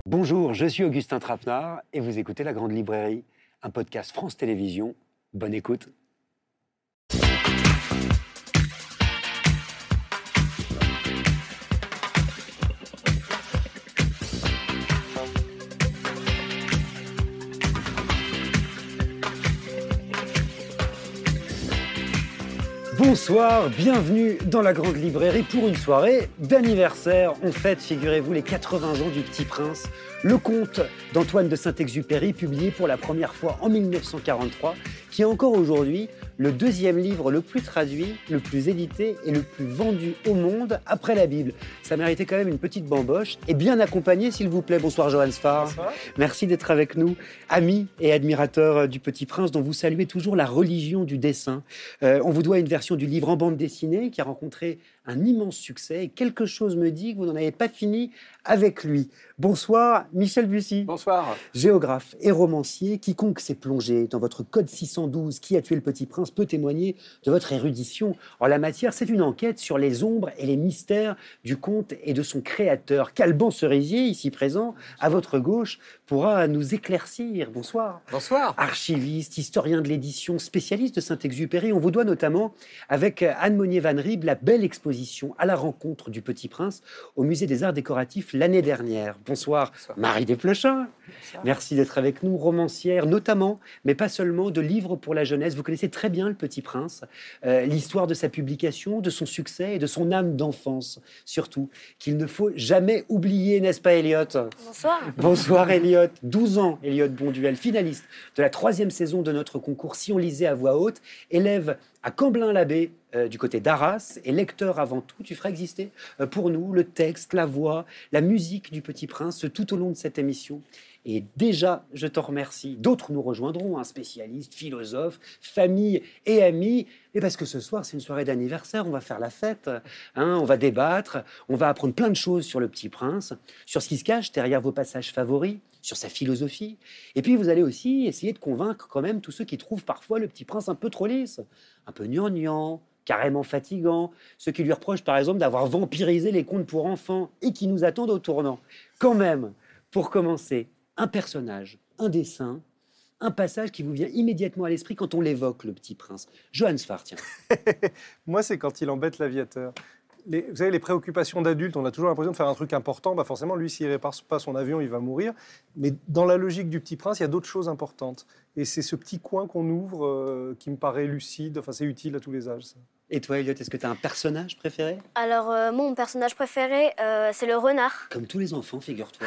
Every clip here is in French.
Bonjour, je suis Augustin Trapenard et vous écoutez La Grande Librairie, un podcast France Télévisions. Bonne écoute. Bonsoir, bienvenue dans la Grande Librairie pour une soirée d'anniversaire. On fête, figurez-vous, les 80 ans du Petit Prince, le conte d'Antoine de Saint-Exupéry, publié pour la première fois en 1943, qui est encore aujourd'hui le deuxième livre le plus traduit, le plus édité et le plus vendu au monde après la Bible. Ça méritait quand même une petite bamboche et bien accompagné, s'il vous plaît. Bonsoir Johann Sfar. Bonsoir. Merci d'être avec nous, ami et admirateur du Petit Prince, dont vous saluez toujours la religion du dessin. On vous doit une version du livre en bande dessinée qui a rencontré un immense succès et quelque chose me dit que vous n'en avez pas fini avec lui. Bonsoir Michel Bussy. Bonsoir. Géographe et romancier, quiconque s'est plongé dans votre code 612 qui a tué le Petit Prince peut témoigner de votre érudition en la matière. C'est une enquête sur les ombres et les mystères du conte et de son créateur. Calban Cerisier, ici présent, à votre gauche, pourra nous éclaircir. Bonsoir. Bonsoir. Archiviste, historien de l'édition, spécialiste de Saint-Exupéry. On vous doit notamment, avec Anne Monnier-Van Rieb, la belle exposition à la rencontre du Petit Prince au Musée des Arts Décoratifs l'année dernière. Bonsoir, Bonsoir. Marie Desplechin. Bonsoir. Merci d'être avec nous, romancière, notamment, mais pas seulement, de livres pour la jeunesse. Vous connaissez très bien Le Petit Prince, l'histoire de sa publication, de son succès et de son âme d'enfance, surtout, qu'il ne faut jamais oublier, n'est-ce pas, Elliot ? Bonsoir. Bonsoir, Elliot. 12 ans, Elliot Bonduel, finaliste de la 3e saison de notre concours Si on lisait à voix haute, élève à Camblin-l'Abbé, du côté d'Arras, et lecteur avant tout. Tu feras exister pour nous le texte, la voix, la musique du Petit Prince tout au long de cette émission. Et déjà, je t'en remercie. D'autres nous rejoindront, un spécialiste, philosophe, famille et amis. Et parce que ce soir, c'est une soirée d'anniversaire, on va faire la fête, on va débattre, on va apprendre plein de choses sur le Petit Prince, sur ce qui se cache derrière vos passages favoris, sur sa philosophie. Et puis, vous allez aussi essayer de convaincre quand même tous ceux qui trouvent parfois le Petit Prince un peu trop lisse, un peu gnangnan, carrément fatigant, ceux qui lui reprochent par exemple d'avoir vampirisé les contes pour enfants et qui nous attendent au tournant. Quand même, pour commencer, un personnage, un dessin, un passage qui vous vient immédiatement à l'esprit quand on l'évoque, le Petit Prince. Johann Sfar, tiens. Moi, c'est quand il embête l'aviateur. Vous savez, les préoccupations d'adultes, on a toujours l'impression de faire un truc important. Forcément, lui, s'il ne répare pas son avion, il va mourir. Mais dans la logique du Petit Prince, il y a d'autres choses importantes. Et c'est ce petit coin qu'on ouvre qui me paraît lucide. Enfin, c'est utile à tous les âges, ça. Et toi, Elliot, est-ce que tu as un personnage préféré ? Alors, mon personnage préféré, c'est le renard. Comme tous les enfants, figure-toi.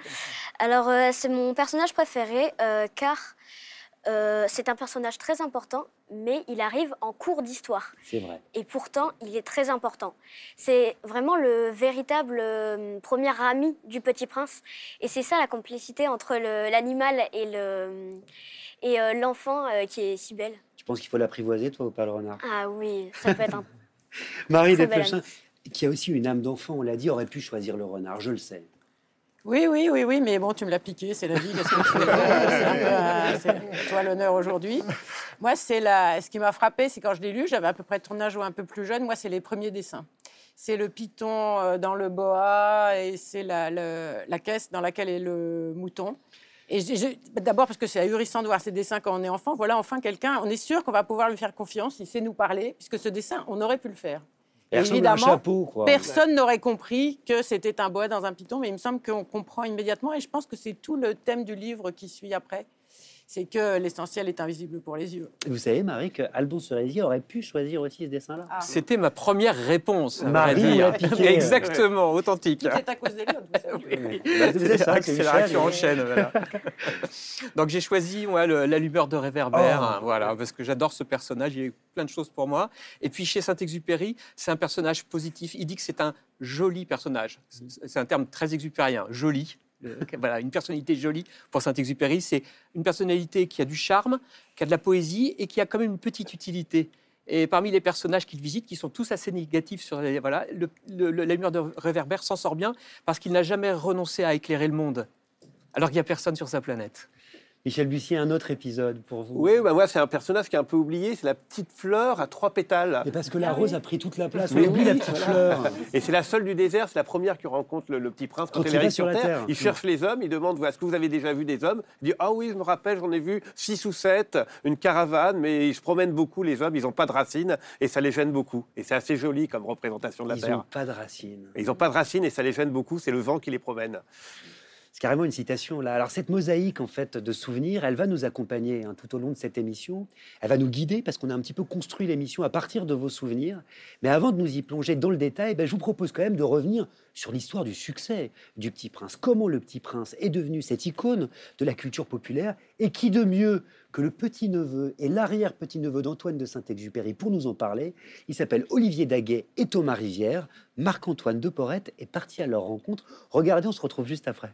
Alors, c'est mon personnage préféré car c'est un personnage très important, mais il arrive en cours d'histoire. C'est vrai. Et pourtant, il est très important. C'est vraiment le véritable premier ami du Petit Prince. Et c'est ça la complicité entre l'animal et l'enfant qui est si belle. Tu penses qu'il faut l'apprivoiser, toi, ou pas, le renard ? Ah oui, ça peut être un... Marie Très belle Desplechin, qui a aussi une âme d'enfant, on l'a dit, aurait pu choisir le renard, je le sais. Oui, mais bon, tu me l'as piqué, c'est la vie. Qu'est-ce que tu veux c'est toi l'honneur aujourd'hui. Moi, ce qui m'a frappé, c'est quand je l'ai lu, j'avais à peu près ton âge ou un peu plus jeune, moi, c'est les premiers dessins. C'est le python dans le boa et c'est la caisse dans laquelle est le mouton. Et d'abord parce que c'est ahurissant de voir ces dessins quand on est enfant. Voilà, enfin, quelqu'un, on est sûr qu'on va pouvoir lui faire confiance, il sait nous parler, puisque ce dessin, on aurait pu le faire. Et évidemment, un chapeau, quoi. Personne n'aurait compris que c'était un boa dans un python, mais il me semble qu'on comprend immédiatement, et je pense que c'est tout le thème du livre qui suit après. C'est que l'essentiel est invisible pour les yeux. Vous savez, Marie, que Alban Cerisier aurait pu choisir aussi ce dessin-là. Ah. C'était ma première réponse, à Marie vrai dire. l'a piqué. Exactement, authentique. C'est à cause des lions, vous savez. Bah, c'est ça, c'est C'est la Michel, qui enchaîne. Voilà. Donc j'ai choisi l'allumeur de réverbère, voilà, parce que j'adore ce personnage, il y a eu plein de choses pour moi. Et puis chez Saint-Exupéry, c'est un personnage positif. Il dit que c'est un joli personnage. C'est un terme très exupérien, joli. Voilà, une personnalité jolie pour Saint-Exupéry, c'est une personnalité qui a du charme, qui a de la poésie et qui a quand même une petite utilité. Et parmi les personnages qu'il visite, qui sont tous assez négatifs, l'allumeur de réverbère s'en sort bien parce qu'il n'a jamais renoncé à éclairer le monde, alors qu'il n'y a personne sur sa planète. Michel Bussy, un autre épisode pour vous. Oui, bah moi, c'est un personnage qui est un peu oublié. C'est la petite fleur à 3 pétales. Et parce que la rose a pris toute la place. Mais On oublie oui, la petite fleur. Et c'est la seule du désert. C'est la première qui rencontre le petit prince quand Quand il il va arrive sur sur la Terre. Terre. Il cherche les hommes. Il demande est-ce que vous avez déjà vu des hommes? Il dit ah oui, je me rappelle, j'en ai vu 6 ou 7, une caravane, mais ils se promènent beaucoup, les hommes. Ils n'ont pas de racines et ça les gêne beaucoup. Et c'est assez joli comme représentation de la Ils Terre. n'ont pas de racines. Ils n'ont pas de racines et ça les gêne beaucoup. C'est le vent qui les promène. C'est carrément une citation là. Alors cette mosaïque en fait de souvenirs, elle va nous accompagner tout au long de cette émission. Elle va nous guider parce qu'on a un petit peu construit l'émission à partir de vos souvenirs. Mais avant de nous y plonger dans le détail, je vous propose quand même de revenir sur l'histoire du succès du Petit Prince. Comment le Petit Prince est devenu cette icône de la culture populaire et qui de mieux que le petit-neveu et l'arrière-petit-neveu d'Antoine de Saint-Exupéry pour nous en parler. Il s'appelle Olivier Daguet et Thomas Rivière. Marc-Antoine de Porrette est parti à leur rencontre. Regardez, on se retrouve juste après.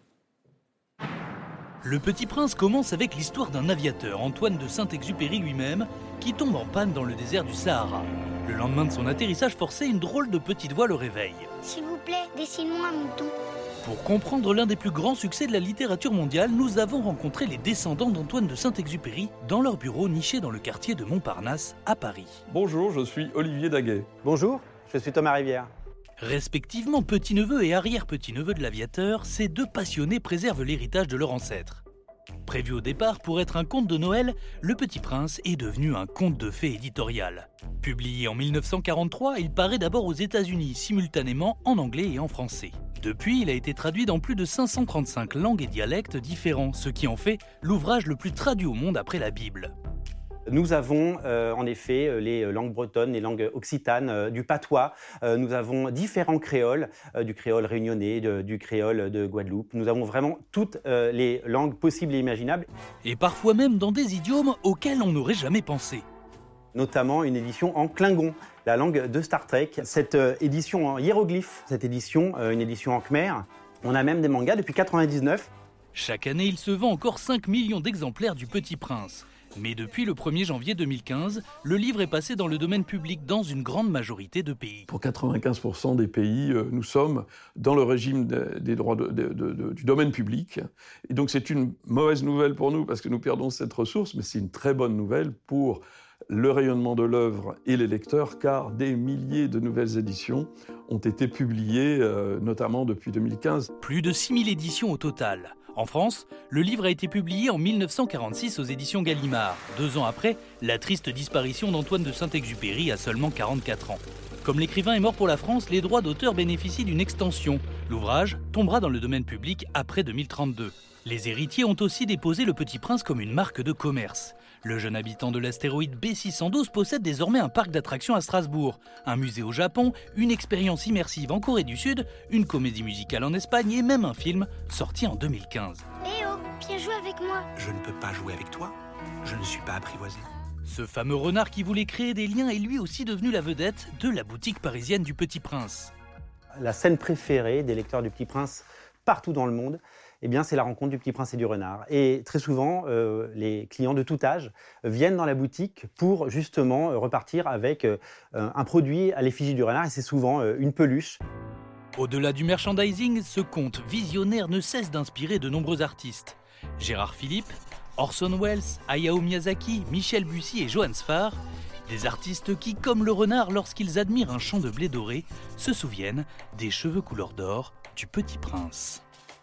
Le Petit Prince commence avec l'histoire d'un aviateur, Antoine de Saint-Exupéry lui-même, qui tombe en panne dans le désert du Sahara. Le lendemain de son atterrissage forcé, une drôle de petite voix le réveille. S'il vous plaît, dessine-moi un mouton. Pour comprendre l'un des plus grands succès de la littérature mondiale, nous avons rencontré les descendants d'Antoine de Saint-Exupéry dans leur bureau niché dans le quartier de Montparnasse, à Paris. Bonjour, je suis Olivier Daguet. Bonjour, je suis Thomas Rivière. Respectivement petit-neveu et arrière-petit-neveu de l'aviateur, ces deux passionnés préservent l'héritage de leur ancêtre. Prévu au départ pour être un conte de Noël, Le Petit Prince est devenu un conte de fées éditorial. Publié en 1943, il paraît d'abord aux États-Unis, simultanément en anglais et en français. Depuis, il a été traduit dans plus de 535 langues et dialectes différents, ce qui en fait l'ouvrage le plus traduit au monde après la Bible. Nous avons en effet les langues bretonnes, les langues occitanes, du patois. Nous avons différents créoles, du créole réunionnais, du créole de Guadeloupe. Nous avons vraiment toutes les langues possibles et imaginables. Et parfois même dans des idiomes auxquels on n'aurait jamais pensé. Notamment une édition en Klingon, la langue de Star Trek. Cette édition en hiéroglyphes, cette édition, une édition en khmer. On a même des mangas depuis 1999. Chaque année, il se vend encore 5 millions d'exemplaires du Petit Prince. Mais depuis le 1er janvier 2015, le livre est passé dans le domaine public dans une grande majorité de pays. Pour 95% des pays, nous sommes dans le régime des droits du domaine public. Et donc c'est une mauvaise nouvelle pour nous parce que nous perdons cette ressource, mais c'est une très bonne nouvelle pour le rayonnement de l'œuvre et les lecteurs, car des milliers de nouvelles éditions ont été publiées, notamment depuis 2015. Plus de 6000 éditions au total. En France, le livre a été publié en 1946 aux éditions Gallimard. 2 ans après, la triste disparition d'Antoine de Saint-Exupéry à seulement 44 ans. Comme l'écrivain est mort pour la France, les droits d'auteur bénéficient d'une extension. L'ouvrage tombera dans le domaine public après 2032. Les héritiers ont aussi déposé Le Petit Prince comme une marque de commerce. Le jeune habitant de l'astéroïde B612 possède désormais un parc d'attractions à Strasbourg, un musée au Japon, une expérience immersive en Corée du Sud, une comédie musicale en Espagne et même un film sorti en 2015. Léo, viens jouer avec moi. Je ne peux pas jouer avec toi, je ne suis pas apprivoisé. Ce fameux renard qui voulait créer des liens est lui aussi devenu la vedette de la boutique parisienne du Petit Prince. La scène préférée des lecteurs du Petit Prince partout dans le monde, eh bien, c'est la rencontre du Petit Prince et du renard. Et très souvent, les clients de tout âge viennent dans la boutique pour justement repartir avec un produit à l'effigie du renard, et c'est souvent une peluche. Au-delà du merchandising, ce conte visionnaire ne cesse d'inspirer de nombreux artistes. Gérard Philippe, Orson Welles, Hayao Miyazaki, Michel Bussy et Johann Sfar, des artistes qui, comme le renard lorsqu'ils admirent un champ de blé doré, se souviennent des cheveux couleur d'or du Petit Prince.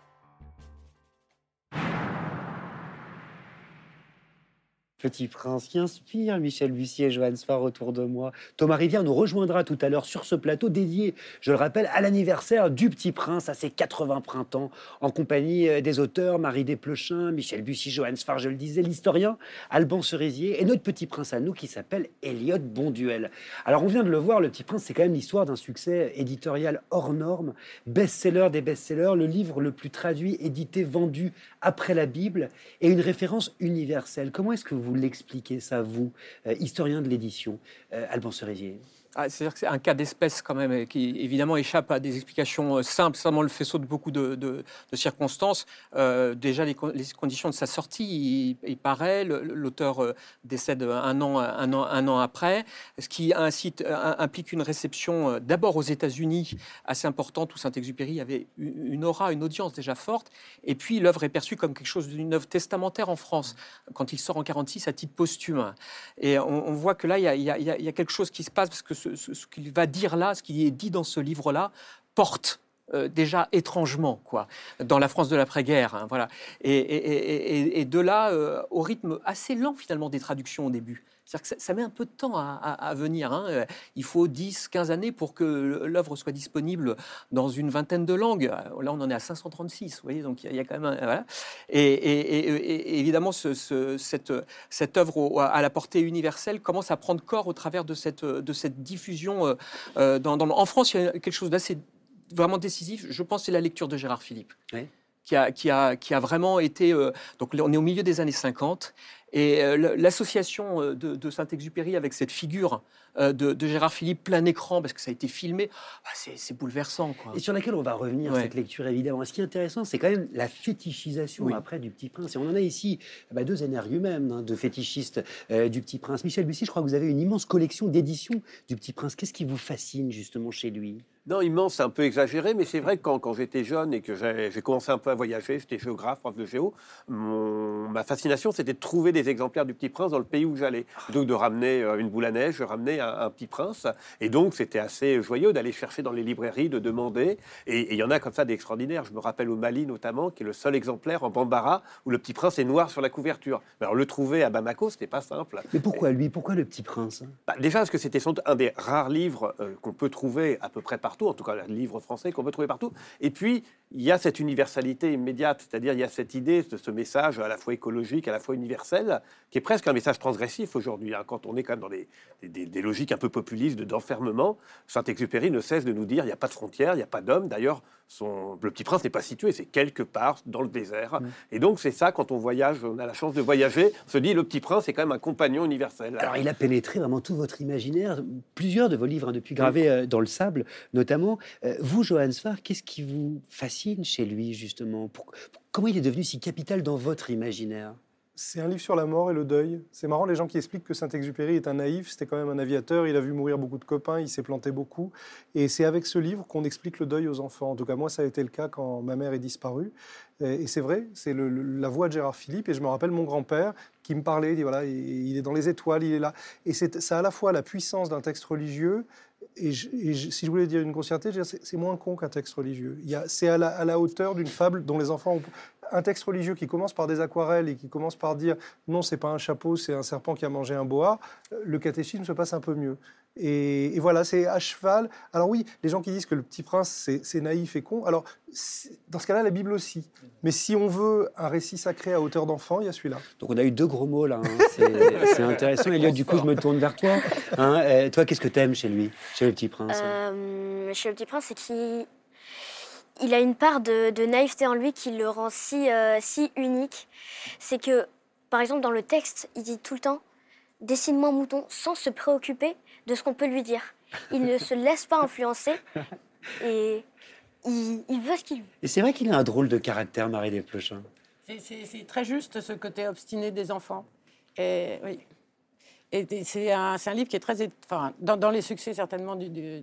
Petit Prince qui inspire Michel Bussy et Johann Sfar autour de moi. Thomas Rivière nous rejoindra tout à l'heure sur ce plateau dédié, je le rappelle, à l'anniversaire du Petit Prince, à ses 80 printemps, en compagnie des auteurs Marie Desplechin, Michel Bussy, Johann Sfar, je le disais, l'historien Alban Cerisier et notre Petit Prince à nous qui s'appelle Elliot Bonduel. Alors on vient de le voir, le Petit Prince, c'est quand même l'histoire d'un succès éditorial hors norme, best-seller des best-sellers, le livre le plus traduit, édité, vendu après la Bible et une référence universelle. Comment est-ce que vous l'expliquez ça, vous, historien de l'édition, Alban Cerisier? C'est-à-dire que c'est un cas d'espèce quand même qui évidemment échappe à des explications simples, simplement le faisceau de beaucoup de circonstances. Déjà les conditions de sa sortie, il paraît, l'auteur décède un an après, ce qui implique une réception d'abord aux États-Unis assez importante où Saint-Exupéry avait une aura, une audience déjà forte, et puis l'œuvre est perçue comme quelque chose d'une œuvre testamentaire en France quand il sort en 1946 à titre posthume. Et on voit que là il y a quelque chose qui se passe parce que ce qu'il va dire là, ce qui est dit dans ce livre-là, porte déjà étrangement, quoi, dans la France de l'après-guerre. Hein, voilà. Et de là, au rythme assez lent, finalement, des traductions au début. C'est-à-dire que ça met un peu de temps à venir. Hein. Il faut 10, 15 années pour que l'œuvre soit disponible dans une vingtaine de langues. Là, on en est à 536, vous voyez, donc il y a quand même... Voilà. Et évidemment, cette œuvre à la portée universelle commence à prendre corps au travers de cette diffusion. En France, il y a quelque chose d'assez vraiment décisif. Je pense que c'est la lecture de Gérard Philipe. Oui. Qui a vraiment été... donc on est au milieu des années 50, et l'association de Saint-Exupéry avec cette figure de Gérard Philipe plein écran, parce que ça a été filmé, c'est bouleversant, quoi. Et sur laquelle on va revenir, cette lecture, évidemment. Ce qui est intéressant, c'est quand même la fétichisation après du Petit Prince. Et on en a ici deux énergumènes de fétichistes du Petit Prince. Michel Bussy, je crois que vous avez une immense collection d'éditions du Petit Prince. Qu'est-ce qui vous fascine justement chez lui ? Non, immense, c'est un peu exagéré, mais c'est vrai que quand j'étais jeune et que j'ai commencé un peu à voyager, j'étais géographe, prof de géo, ma fascination, c'était de trouver des exemplaires du Petit Prince dans le pays où j'allais. Plutôt que de ramener une boule à neige, je ramenais un Petit Prince. Et donc, c'était assez joyeux d'aller chercher dans les librairies, de demander. Et il y en a comme ça d'extraordinaires. Je me rappelle au Mali, notamment, qui est le seul exemplaire en Bambara où le Petit Prince est noir sur la couverture. Alors, le trouver à Bamako, c'était pas simple. Mais pourquoi lui ? Pourquoi le Petit Prince ? Déjà, parce que c'était sans doute un des rares livres qu'on peut trouver à peu près partout, en tout cas, le livre français qu'on peut trouver partout. Et puis, il y a cette universalité immédiate, c'est-à-dire il y a cette idée de ce message à la fois écologique, à la fois universel, qui est presque un message transgressif aujourd'hui. Hein, quand on est quand même dans des logiques un peu populistes d'enfermement, Saint-Exupéry ne cesse de nous dire il n'y a pas de frontières, il n'y a pas d'hommes. D'ailleurs, le Petit Prince n'est pas situé, c'est quelque part dans le désert. Et donc c'est ça, quand on voyage, on a la chance de voyager, on se dit le Petit Prince est quand même un compagnon universel. Alors il a pénétré vraiment tout votre imaginaire, plusieurs de vos livres, depuis Gravés dans le sable notamment. Vous, Johann Sfar, qu'est-ce qui vous fascine chez lui justement ? Comment il est devenu si capital dans votre imaginaire ? C'est un livre sur la mort et le deuil. C'est marrant, les gens qui expliquent que Saint-Exupéry est un naïf, c'était quand même un aviateur, il a vu mourir beaucoup de copains, il s'est planté beaucoup. Et c'est avec ce livre qu'on explique le deuil aux enfants. En tout cas, moi, ça a été le cas quand ma mère est disparue. Et c'est vrai, c'est la voix de Gérard Philipe. Et je me rappelle mon grand-père qui me parlait, il dit, voilà, il est dans les étoiles, il est là. Et ça a à la fois la puissance d'un texte religieux, et si je voulais dire une grossièreté, c'est moins con qu'un texte religieux. C'est à la hauteur d'une fable dont les enfants ont... Un texte religieux qui commence par des aquarelles et qui commence par dire non, c'est pas un chapeau, c'est un serpent qui a mangé un boa, le catéchisme se passe un peu mieux. Et voilà, c'est à cheval. Alors oui, les gens qui disent que le Petit Prince, c'est naïf et con, alors dans ce cas-là, la Bible aussi. Mais si on veut un récit sacré à hauteur d'enfant, il y a celui-là. Donc on a eu deux gros mots là, hein. C'est intéressant. Elliot, du coup, je me tourne vers toi. Hein, toi, qu'est-ce que t'aimes chez lui, chez le Petit Prince Chez le Petit Prince, c'est qu'il a une part de naïveté en lui qui le rend si unique. C'est que, par exemple, dans le texte, il dit tout le temps « Dessine-moi un mouton » sans se préoccuper de ce qu'on peut lui dire. Il ne se laisse pas influencer et il veut ce qu'il veut. Et c'est vrai qu'il a un drôle de caractère, Marie Desplechin. C'est très juste, ce côté obstiné des enfants. Et, oui. Et c'est un livre qui est très... Enfin, dans les succès, certainement,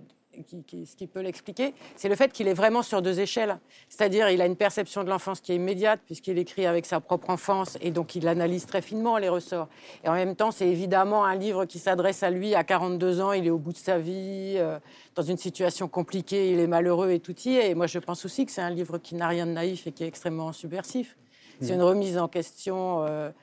ce qui peut l'expliquer, c'est le fait qu'il est vraiment sur deux échelles. C'est-à-dire, il a une perception de l'enfance qui est immédiate, puisqu'il écrit avec sa propre enfance, et donc il analyse très finement les ressorts. Et en même temps, c'est évidemment un livre qui s'adresse à lui à 42 ans, il est au bout de sa vie, dans une situation compliquée, il est malheureux et tout y est. Et moi, je pense aussi que c'est un livre qui n'a rien de naïf et qui est extrêmement subversif. C'est une remise en question...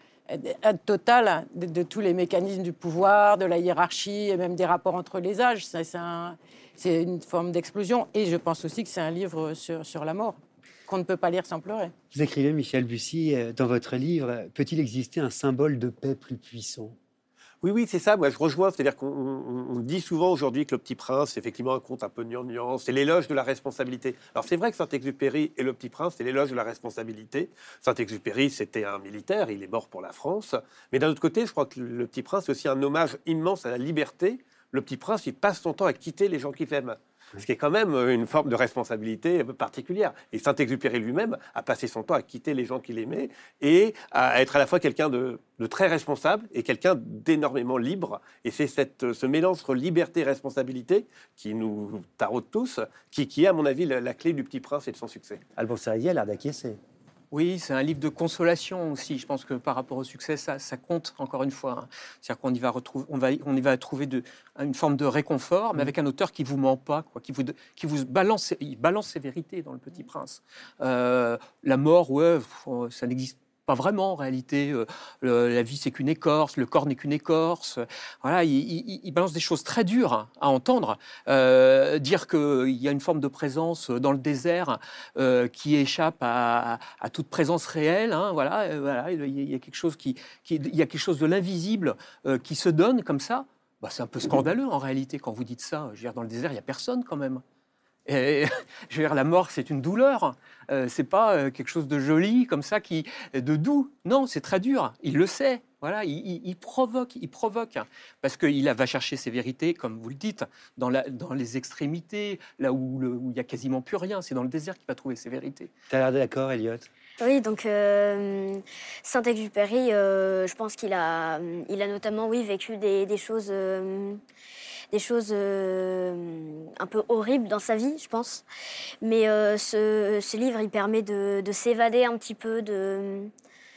totale de tous les mécanismes du pouvoir, de la hiérarchie et même des rapports entre les âges. C'est une forme d'explosion. Et je pense aussi que c'est un livre sur la mort, qu'on ne peut pas lire sans pleurer. Vous écrivez, Michel Bussy, dans votre livre, « Peut-il exister un symbole de paix plus puissant ?» Oui, c'est ça. Moi, je rejoins. C'est-à-dire qu'on dit souvent aujourd'hui que le Petit Prince, c'est effectivement un conte un peu gnangnan. C'est l'éloge de la responsabilité. Alors, c'est vrai que Saint-Exupéry et le Petit Prince, c'est l'éloge de la responsabilité. Saint-Exupéry, c'était un militaire. Il est mort pour la France. Mais d'un autre côté, je crois que le Petit Prince, c'est aussi un hommage immense à la liberté Le Petit Prince, il passe son temps à quitter les gens qu'il aime. Ce qui est quand même une forme de responsabilité particulière. Et Saint-Exupéry lui-même a passé son temps à quitter les gens qu'il aimait et à être à la fois quelqu'un de très responsable et quelqu'un d'énormément libre. Et c'est ce mélange entre liberté et responsabilité qui nous taraude tous, qui est, à mon avis, la clé du Petit Prince et de son succès. Alban Serrier a l'air d'acquiescer. Oui, c'est un livre de consolation aussi. Je pense que par rapport au succès, ça compte encore une fois. Hein. C'est-à-dire qu'on y va trouver une forme de réconfort, mais avec un auteur qui vous ment pas, quoi, qui vous balance ses vérités dans Le Petit Prince. La mort, ouais, ça n'existe pas vraiment en réalité. La vie, c'est qu'une écorce, le corps n'est qu'une écorce. Voilà, il balance des choses très dures à entendre. Dire qu'il y a une forme de présence dans le désert qui échappe à toute présence réelle. Hein, voilà, il y a quelque chose il y a quelque chose de l'invisible qui se donne comme ça. Bah, c'est un peu scandaleux en réalité quand vous dites ça. Je veux dire, dans le désert, il n'y a personne quand même. Et, je veux dire, la mort, c'est une douleur. C'est pas quelque chose de joli comme ça, de doux. Non, c'est très dur. Il le sait. Voilà, il provoque, parce qu'il va chercher ses vérités, comme vous le dites, dans les extrémités, là où il n'y a quasiment plus rien. C'est dans le désert qu'il va trouver ses vérités. Tu as l'air d'accord, Elliot? Oui, donc Saint-Exupéry, je pense qu'il a notamment vécu des choses un peu horribles dans sa vie, je pense. Mais ce livre, il permet de s'évader un petit peu, de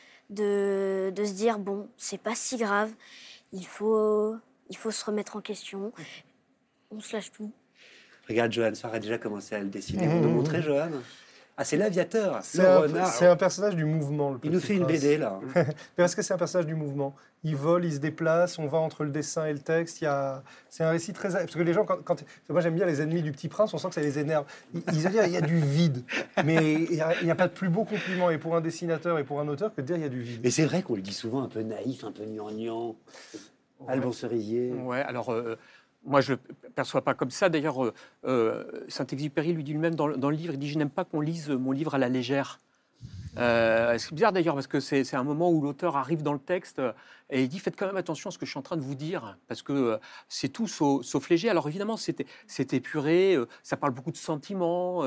se dire, bon, c'est pas si grave, il faut se remettre en question, on se lâche tout. Regarde, Johan Soir a déjà commencé à le dessiner. Vous nous montrez, Johan? Ah, c'est l'Aviateur. C'est un personnage du mouvement. Il nous fait une BD, là. Parce que c'est un personnage du mouvement. Il vole, il se déplace, on va entre le dessin et le texte. C'est un récit très... Parce que les gens, moi j'aime bien les ennemis du Petit Prince, on sent que ça les énerve. Ils se disent, il y a du vide. Mais il n'y a pas de plus beau compliment, et pour un dessinateur et pour un auteur, que de dire il y a du vide. Mais c'est vrai qu'on le dit souvent un peu naïf, un peu gnangnan. Ouais. Alban Cerisier. Ouais, alors... moi, je ne le perçois pas comme ça. D'ailleurs, Saint-Exupéry lui dit lui-même dans le livre, il dit « Je n'aime pas qu'on lise mon livre à la légère ». C'est bizarre d'ailleurs, parce que c'est un moment où l'auteur arrive dans le texte et il dit « Faites quand même attention à ce que je suis en train de vous dire, parce que c'est tout sauf léger ». Alors évidemment, c'est épuré, ça parle beaucoup de sentiments.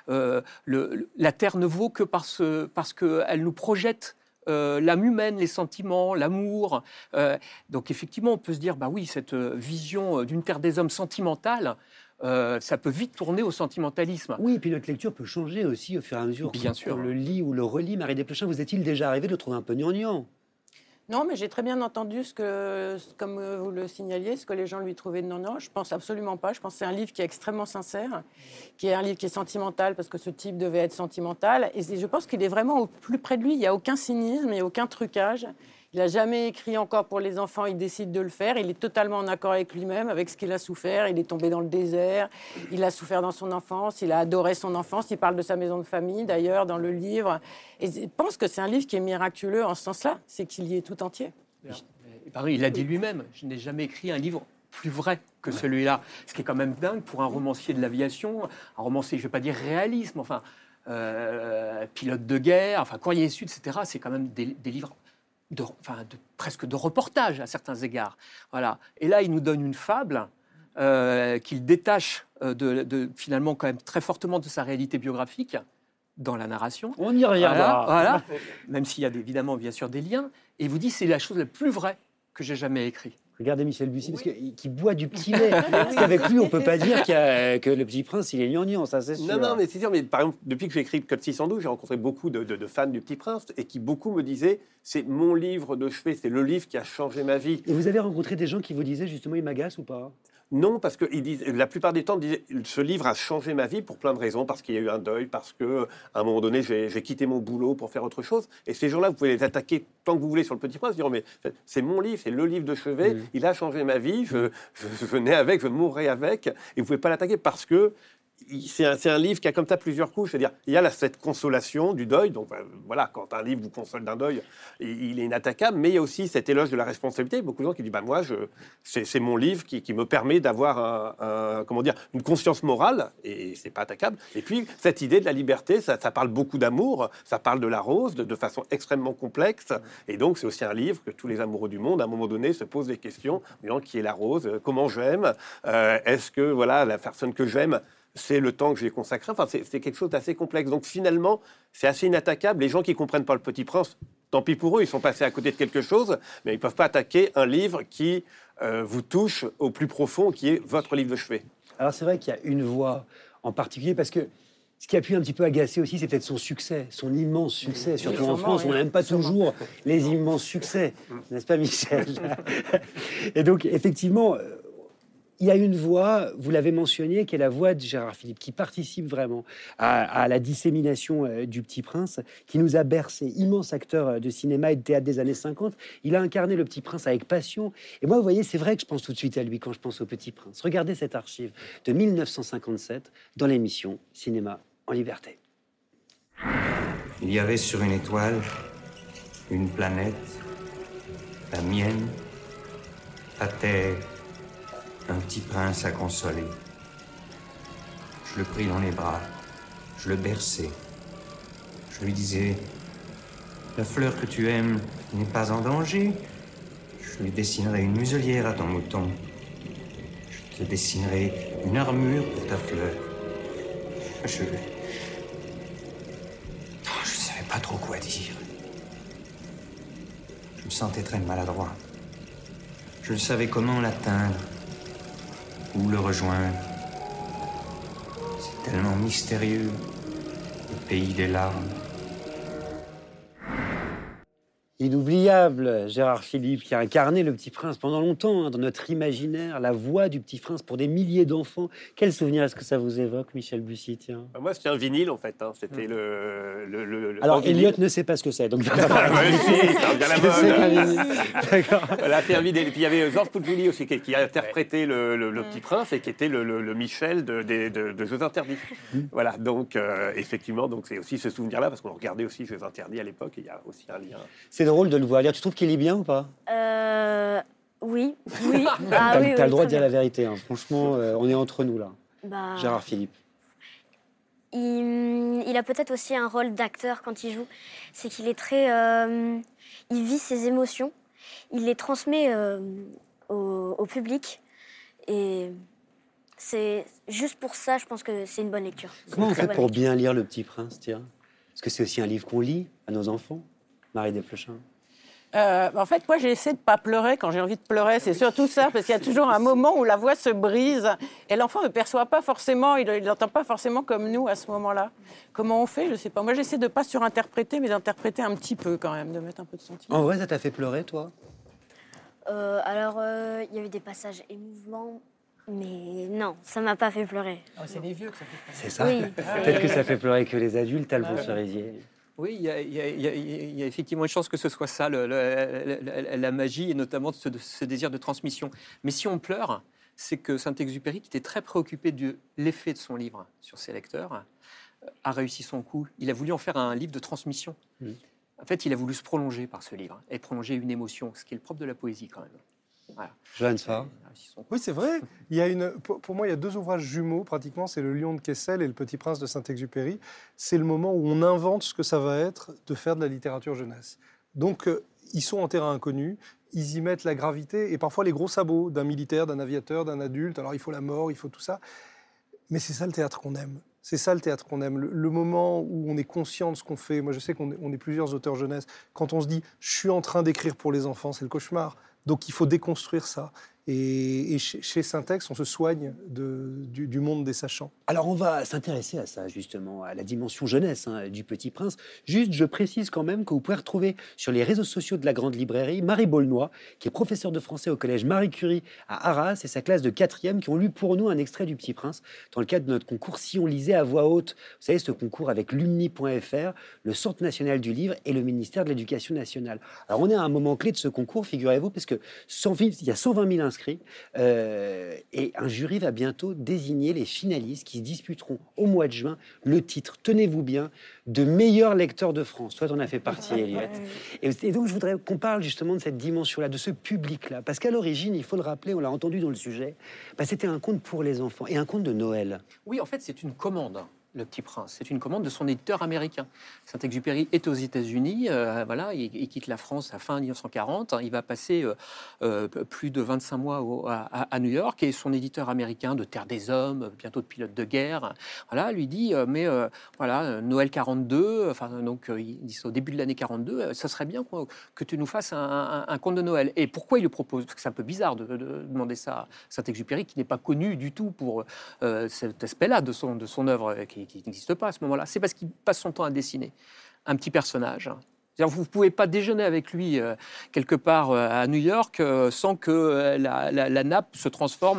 La Terre ne vaut que parce qu'elle nous projette l'âme humaine, les sentiments, l'amour. Donc effectivement, on peut se dire, bah oui, cette vision d'une terre des hommes sentimentale, ça peut vite tourner au sentimentalisme. Oui, et puis notre lecture peut changer aussi au fur et à mesure. Bien sûr. On le lit ou le relit. Marie Desplechin, vous est-il déjà arrivé de le trouver un peu gnangnan? Non, mais j'ai très bien entendu comme vous le signaliez, ce que les gens lui trouvaient de non. Je pense absolument pas. Je pense que c'est un livre qui est extrêmement sincère, qui est un livre qui est sentimental, parce que ce type devait être sentimental. Et je pense qu'il est vraiment au plus près de lui. Il n'y a aucun cynisme et aucun trucage. Il n'a jamais écrit encore pour les enfants, il décide de le faire. Il est totalement en accord avec lui-même, avec ce qu'il a souffert. Il est tombé dans le désert, il a souffert dans son enfance, il a adoré son enfance. Il parle de sa maison de famille, d'ailleurs, dans le livre. Et je pense que c'est un livre qui est miraculeux en ce sens-là, c'est qu'il y est tout entier. Il a dit lui-même, je n'ai jamais écrit un livre plus vrai que celui-là. Ce qui est quand même dingue pour un romancier de l'aviation, un romancier, je ne vais pas dire réalisme, enfin, pilote de guerre, enfin, Courrier Sud, etc. C'est quand même des livres... presque de reportage à certains égards. Voilà. Et là, il nous donne une fable qu'il détache finalement quand même très fortement de sa réalité biographique dans la narration. On y reviendra. Voilà. Même s'il y a évidemment, bien sûr, des liens. Et il vous dit, c'est la chose la plus vraie que j'ai jamais écrite. Regardez Michel Bussy, parce qu'il boit du petit lait. Parce qu'avec lui, on ne peut pas dire que le Petit Prince, il est gnangnan, ça c'est sûr. Non, mais c'est sûr. Mais par exemple, depuis que j'ai écrit Code 612, j'ai rencontré beaucoup de fans du Petit Prince et qui beaucoup me disaient, c'est mon livre de chevet, c'est le livre qui a changé ma vie. Et vous avez rencontré des gens qui vous disaient justement, il m'agace ou pas? Non, parce que la plupart des temps, ce livre a changé ma vie pour plein de raisons, parce qu'il y a eu un deuil, parce qu'à un moment donné, j'ai quitté mon boulot pour faire autre chose. Et ces gens-là, vous pouvez les attaquer tant que vous voulez sur le Petit Prince, dire mais c'est mon livre, c'est le livre de chevet, il a changé ma vie, je nais avec, je mourrai avec, et vous ne pouvez pas l'attaquer parce que c'est un livre qui a comme ça plusieurs couches. C'est-à-dire, il y a cette consolation du deuil. Donc voilà, quand un livre vous console d'un deuil, il est inattaquable. Mais il y a aussi cet éloge de la responsabilité. Beaucoup de gens qui disent, moi, c'est mon livre qui me permet d'avoir une conscience morale, et c'est pas attaquable. Et puis cette idée de la liberté, ça parle beaucoup d'amour, ça parle de la rose de façon extrêmement complexe. Et donc c'est aussi un livre que tous les amoureux du monde, à un moment donné, se posent des questions. Disant, qui est la rose? Comment j'aime? Est-ce que la personne que j'aime, c'est le temps que j'ai consacré. Enfin, c'est quelque chose d'assez complexe. Donc finalement, c'est assez inattaquable. Les gens qui ne comprennent pas Le Petit Prince, tant pis pour eux, ils sont passés à côté de quelque chose, mais ils ne peuvent pas attaquer un livre qui vous touche au plus profond, qui est votre livre de chevet. Alors c'est vrai qu'il y a une voix en particulier, parce que ce qui a pu un petit peu agacer aussi, c'est peut-être son succès, son immense succès. Surtout en France, on n'aime pas toujours les immenses succès, n'est-ce pas, Michel? Et donc, effectivement, il y a une voix, vous l'avez mentionné, qui est la voix de Gérard Philippe, qui participe vraiment à la dissémination du Petit Prince, qui nous a bercé, immense acteur de cinéma et de théâtre des années 50. Il a incarné le Petit Prince avec passion. Et moi, vous voyez, c'est vrai que je pense tout de suite à lui quand je pense au Petit Prince. Regardez cette archive de 1957 dans l'émission Cinéma en liberté. Il y avait sur une étoile une planète, la mienne, la Terre, un petit prince à consoler. Je le pris dans les bras, je le berçais. Je lui disais, la fleur que tu aimes n'est pas en danger. Je lui dessinerai une muselière à ton mouton. Je te dessinerai une armure pour ta fleur. Je ne savais pas trop quoi dire. Je me sentais très maladroit. Je ne savais comment l'atteindre. Où le rejoindre? C'est tellement mystérieux, le pays des larmes. Inoubliable, Gérard Philippe, qui a incarné le Petit Prince pendant longtemps, dans notre imaginaire, la voix du Petit Prince pour des milliers d'enfants. Quel souvenir est-ce que ça vous évoque, Michel Bussy, tiens? Moi, c'était un vinyle, en fait. C'était Alors, Elliot ne sait pas ce que c'est, donc... Si, ça revient à la mode. D'accord. Voilà, c'est un vinyle. Et puis, il y avait Georges Poujouli aussi, qui a interprété le Petit Prince et qui était le Michel de Jeux Interdits. Voilà, donc, effectivement, donc c'est aussi ce souvenir-là, parce qu'on regardait aussi Jeux Interdits à l'époque, et il y a aussi un lien... C'est drôle de le voir lire. Tu trouves qu'il lit bien ou pas? Oui. T'as le droit de dire la vérité. Hein. Franchement, on est entre nous là. Gérard Philippe. Il a peut-être aussi un rôle d'acteur quand il joue. C'est qu'il est très... il vit ses émotions. Il les transmet au public. Et c'est juste pour ça, je pense que c'est une bonne lecture. Comment on fait pour bien lire Le Petit Prince, tiens? Parce que c'est aussi un livre qu'on lit à nos enfants. Marie Desplechin. En fait, moi, j'ai essayé de ne pas pleurer quand j'ai envie de pleurer. C'est surtout ça, parce qu'il y a toujours un moment où la voix se brise et l'enfant ne perçoit pas forcément, il n'entend pas forcément comme nous à ce moment-là. Comment on fait? Je ne sais pas. Moi, j'essaie de ne pas surinterpréter, mais d'interpréter un petit peu quand même, de mettre un peu de sentiment. En vrai, ça t'a fait pleurer, toi? Alors, il y avait des passages émouvants, mais non, ça ne m'a pas fait pleurer. Oh, c'est les vieux que ça fait pleurer. C'est ça? Oui. Peut-être que ça fait pleurer que les adultes, Alphonse Cerisier. Oui, il y a effectivement une chance que ce soit ça, la magie, et notamment ce désir de transmission. Mais si on pleure, c'est que Saint-Exupéry, qui était très préoccupé de l'effet de son livre sur ses lecteurs, a réussi son coup. Il a voulu en faire un livre de transmission. En fait, il a voulu se prolonger par ce livre, et prolonger une émotion, ce qui est le propre de la poésie quand même. Voilà. Johannes Farr. Oui, c'est vrai. Il y a pour moi, il y a deux ouvrages jumeaux, pratiquement. C'est Le Lion de Kessel et Le Petit Prince de Saint-Exupéry. C'est le moment où on invente ce que ça va être de faire de la littérature jeunesse. Donc, ils sont en terrain inconnu. Ils y mettent la gravité et parfois les gros sabots d'un militaire, d'un aviateur, d'un adulte. Alors, il faut la mort, il faut tout ça. Mais c'est ça le théâtre qu'on aime. C'est ça le théâtre qu'on aime. Le moment où on est conscient de ce qu'on fait. Moi, je sais qu'on est plusieurs auteurs jeunesse. Quand on se dit « je suis en train d'écrire pour les enfants », c'est le cauchemar. Donc, il faut déconstruire ça. Et chez Syntex, on se soigne du monde des sachants. Alors, on va s'intéresser à ça, justement, à la dimension jeunesse du Petit Prince. Juste, je précise quand même que vous pouvez retrouver sur les réseaux sociaux de la Grande Librairie Marie Bolnois, qui est professeure de français au collège Marie Curie à Arras, et sa classe de 4e, qui ont lu pour nous un extrait du Petit Prince dans le cadre de notre concours Si on lisait à voix haute. Vous savez, ce concours avec l'UMNI.fr, le Centre national du livre et le ministère de l'Éducation nationale. Alors, on est à un moment clé de ce concours, figurez-vous, parce que il y a 120 000 inscrits inscrits. Et un jury va bientôt désigner les finalistes qui disputeront au mois de juin le titre, tenez-vous bien, de meilleur lecteur de France. Toi, tu en as fait partie, Eliott. Et donc, je voudrais qu'on parle justement de cette dimension-là, de ce public-là. Parce qu'à l'origine, il faut le rappeler, on l'a entendu dans le sujet, c'était un conte pour les enfants et un conte de Noël. Oui, en fait, c'est une commande. Le Petit Prince, c'est une commande de son éditeur américain. Saint-Exupéry est aux États-Unis, voilà, il quitte la France à fin 1940. Il va passer plus de 25 mois à New York, et son éditeur américain de Terre des Hommes, bientôt de Pilote de guerre, voilà, lui dit voilà, Noël 42, enfin donc il dit au début de l'année 42, ça serait bien que tu nous fasses un conte de Noël. Et pourquoi il le propose? Parce que c'est un peu bizarre de demander ça à Saint-Exupéry, qui n'est pas connu du tout pour cet aspect-là de son œuvre, qui n'existe pas à ce moment-là. C'est parce qu'il passe son temps à dessiner un petit personnage. C'est-à-dire, vous ne pouvez pas déjeuner avec lui quelque part à New York sans que la nappe se transforme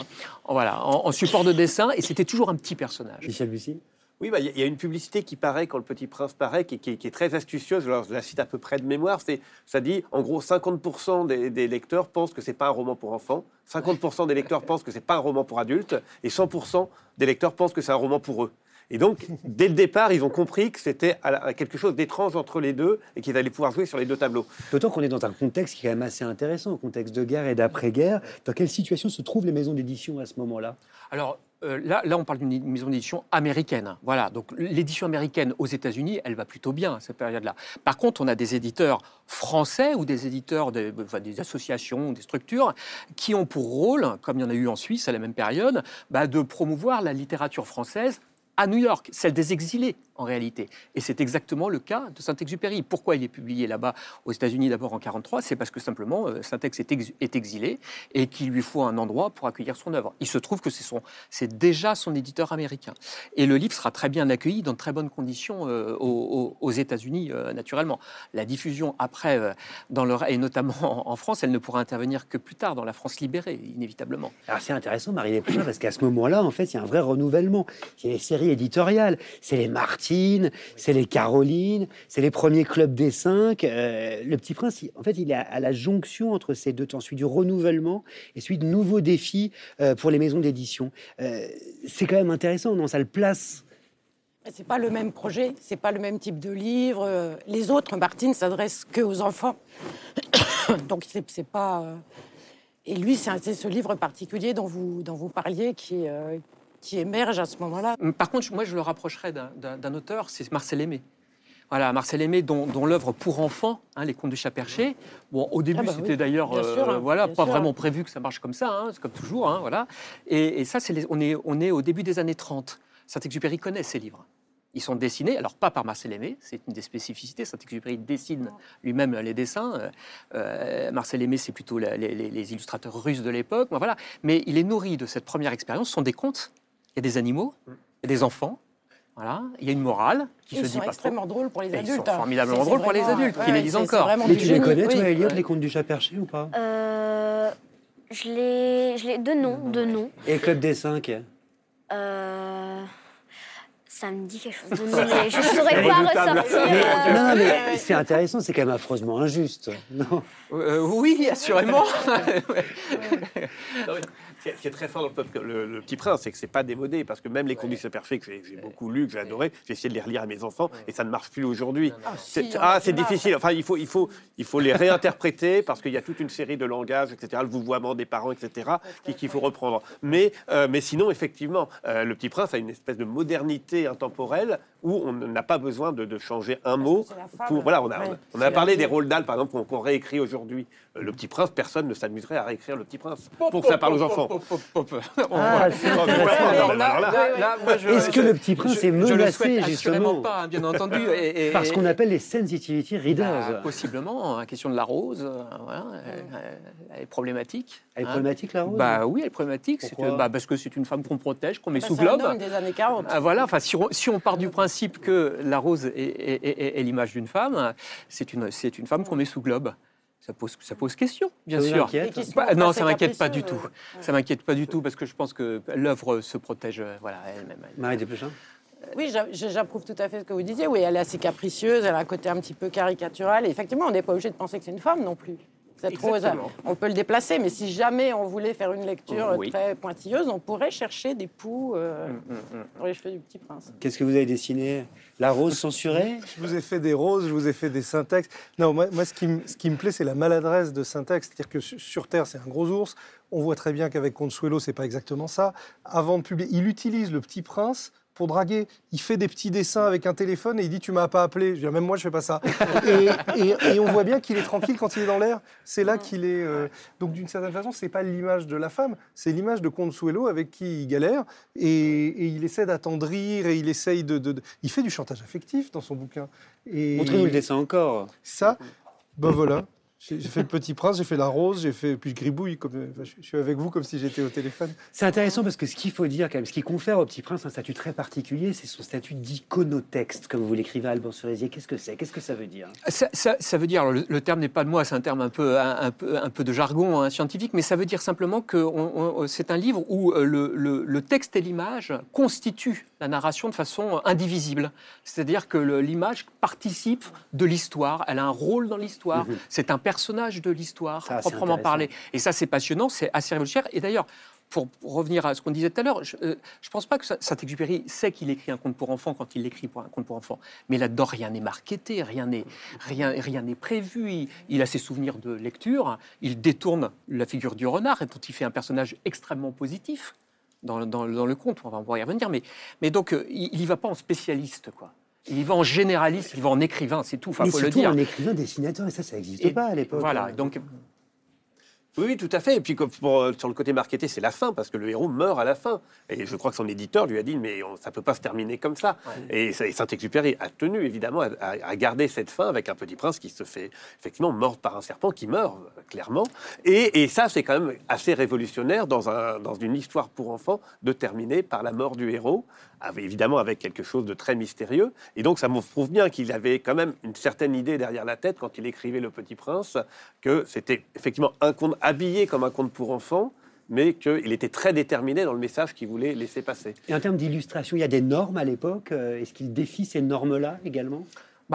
en support de dessin, et c'était toujours un petit personnage. Michel Bussy? Oui, il y a une publicité qui paraît quand Le Petit Prince paraît, qui est très astucieuse. Alors, je la cite à peu près de mémoire. Ça dit, en gros, 50% des lecteurs pensent que c'est pas un roman pour enfants, 50% des lecteurs pensent que c'est pas un roman pour adultes, et 100% des lecteurs pensent que c'est un roman pour eux. Et donc, dès le départ, ils ont compris que c'était quelque chose d'étrange entre les deux et qu'ils allaient pouvoir jouer sur les deux tableaux. D'autant qu'on est dans un contexte qui est quand même assez intéressant, un contexte de guerre et d'après-guerre. Dans quelle situation se trouvent les maisons d'édition à ce moment-là? Alors, là, on parle d'une maison d'édition américaine. Voilà, donc l'édition américaine aux États-Unis, elle va plutôt bien à cette période-là. Par contre, on a des éditeurs français ou des éditeurs, des associations, des structures qui ont pour rôle, comme il y en a eu en Suisse à la même période, de promouvoir la littérature française à New York, celle des exilés en réalité. Et c'est exactement le cas de Saint-Exupéry. Pourquoi il est publié là-bas aux États-Unis d'abord en 1943? C'est parce que simplement Saint-Ex est exilé et qu'il lui faut un endroit pour accueillir son œuvre. Il se trouve que c'est déjà son éditeur américain. Et le livre sera très bien accueilli dans de très bonnes conditions aux États-Unis, naturellement. La diffusion après, et notamment en France, elle ne pourra intervenir que plus tard, dans la France libérée, inévitablement. Alors c'est intéressant, Marie Desplechin, parce qu'à ce moment-là, en fait, il y a un vrai renouvellement. Il y a les séries éditoriales, c'est les Martine, c'est les Caroline, c'est les premiers clubs des 5. Le Petit Prince, il est à la jonction entre ces deux temps, celui du renouvellement et celui de nouveaux défis pour les maisons d'édition. C'est quand même intéressant, non? Ça le place. C'est pas le même projet, c'est pas le même type de livre. Les autres, Martine, s'adressent que aux enfants, donc c'est pas. Et lui, c'est ce livre particulier dont vous parliez qui émerge à ce moment-là. Par contre, moi, je le rapprocherais d'un auteur, c'est Marcel Aimé. Voilà, Marcel Aimé, dont l'œuvre pour enfants, les Contes du Chat Perché. Bon, au début, c'était d'ailleurs, pas vraiment prévu que ça marche comme ça, c'est comme toujours, voilà. Et ça, on est au début des années 30. Saint-Exupéry connaît ces livres. Ils sont dessinés, alors pas par Marcel Aimé, c'est une des spécificités. Saint-Exupéry dessine lui-même les dessins. Marcel Aimé, c'est plutôt les illustrateurs russes de l'époque. Voilà. Mais il est nourri de cette première expérience. Ce sont des contes. Il y a des animaux, il y a des enfants. Voilà. Il y a une morale qui se dit pas trop. Ils sont extrêmement drôles pour les adultes. Ils sont formidablement drôles pour les adultes, qui les lisent encore. Mais tu les connais, toi, Eliott, les Contes du Chat Perché ou pas? Je l'ai de nom. Et Club des 5? Ça me dit quelque chose de nom, mais je ne saurais pas ressortir. Non, mais c'est intéressant, c'est quand même affreusement injuste. Non. Oui, assurément. Ce qui est très fort dans le Petit Prince, c'est que c'est pas démodé, parce que même les Contes du Chat Perché, que j'ai beaucoup lu, que j'ai adoré, j'ai essayé de les relire à mes enfants, et ça ne marche plus aujourd'hui. C'est difficile. Enfin, il faut les réinterpréter, parce qu'il y a toute une série de langages, etc., le vouvoiement des parents, etc., qu'il faut reprendre. Mais sinon, effectivement, le Petit Prince a une espèce de modernité intemporelle où on n'a pas besoin de changer un mot. Voilà, on a parlé des Roald Dahl, par exemple, qu'on réécrit aujourd'hui. Le Petit Prince, personne ne s'amuserait à réécrire le Petit Prince pour que ça parle aux enfants. Est-ce que le Petit Prince est menacé, justement? Pas, bien entendu. Parce qu'on appelle les sensitivity readers. Possiblement. La question de la rose, elle est problématique. Elle est problématique, la rose? Oui, elle est problématique. Parce que c'est une femme qu'on protège, qu'on met sous globe. C'est un homme des années 40. Voilà. Enfin, si on part du principe que la rose est l'image d'une femme, c'est une femme qu'on met sous globe. Ça pose question, bien sûr. Non, ça m'inquiète pas du tout. Ça m'inquiète pas du tout, parce que je pense que l'œuvre se protège elle-même. Marie Desplechin? Oui, j'approuve tout à fait ce que vous disiez. Oui, elle est assez capricieuse, elle a un côté un petit peu caricatural. Et effectivement, on n'est pas obligé de penser que c'est une femme non plus. Cette rose, on peut le déplacer, mais si jamais on voulait faire une lecture très pointilleuse, on pourrait chercher des poux dans les cheveux du Petit Prince. Qu'est-ce que vous avez dessiné? La rose censurée? Je vous ai fait des roses, je vous ai fait des syntaxes. Non, moi ce qui me plaît, c'est la maladresse de syntaxe. C'est-à-dire que sur Terre, c'est un gros ours. On voit très bien qu'avec Consuelo, c'est pas exactement ça. Avant de publier, il utilise le Petit Prince pour draguer. Il fait des petits dessins avec un téléphone et il dit « tu m'as pas appelé ». Je veux dire, même moi, je fais pas ça. Et on voit bien qu'il est tranquille quand il est dans l'air. C'est là qu'il est... Donc, d'une certaine façon, c'est pas l'image de la femme, c'est l'image de Consuelo avec qui il galère. Et il essaie d'attendrir et il essaye Il fait du chantage affectif dans son bouquin. Montrez-nous le dessin encore. Ça, ben voilà. J'ai fait le Petit Prince, j'ai fait la rose, puis je gribouille, je suis avec vous comme si j'étais au téléphone. C'est intéressant parce que ce qu'il faut dire quand même, ce qui confère au Petit Prince un statut très particulier, c'est son statut d'iconotexte, comme vous l'écrivez à Alban-sur-Hézier. Qu'est-ce que c'est? Qu'est-ce que ça veut dire? Ça veut dire, alors le terme n'est pas de moi, c'est un terme un peu de jargon scientifique, mais ça veut dire simplement que c'est un livre où le texte et l'image constituent la narration de façon indivisible. C'est-à-dire que l'image participe de l'histoire, elle a un rôle dans l'histoire, c'est un personnage de l'histoire, proprement parlé. Et ça, c'est passionnant, c'est assez révolutionnaire. Et d'ailleurs, pour revenir à ce qu'on disait tout à l'heure, je ne pense pas que Saint-Exupéry sait qu'il écrit un conte pour enfants quand il l'écrit pour un conte pour enfants. Mais là-dedans, rien n'est marketé, rien n'est prévu. Il a ses souvenirs de lecture, il détourne la figure du renard, et dont il fait un personnage extrêmement positif dans le conte, on va pouvoir y revenir. Mais donc, il n'y va pas en spécialiste, quoi. Il va en généraliste, il va en écrivain, c'est tout. Mais faut surtout le dire. en écrivain, dessinateur, et ça n'existe pas à l'époque. Voilà, donc... Oui, tout à fait. Et puis, sur le côté marketé, c'est la fin, parce que le héros meurt à la fin. Et je crois que son éditeur lui a dit, mais ça ne peut pas se terminer comme ça. Ouais. Et Saint-Exupéry a tenu, évidemment, à garder cette fin avec un Petit Prince qui se fait, effectivement, mordre par un serpent, qui meurt, clairement. Et ça, c'est quand même assez révolutionnaire dans une histoire pour enfants, de terminer par la mort du héros, évidemment avec quelque chose de très mystérieux. Et donc, ça me prouve bien qu'il avait quand même une certaine idée derrière la tête, quand il écrivait Le Petit Prince, que c'était effectivement un conte habillé comme un conte pour enfants, mais qu'il était très déterminé dans le message qu'il voulait laisser passer. Et en termes d'illustration, il y a des normes à l'époque. Est-ce qu'il défie ces normes-là également?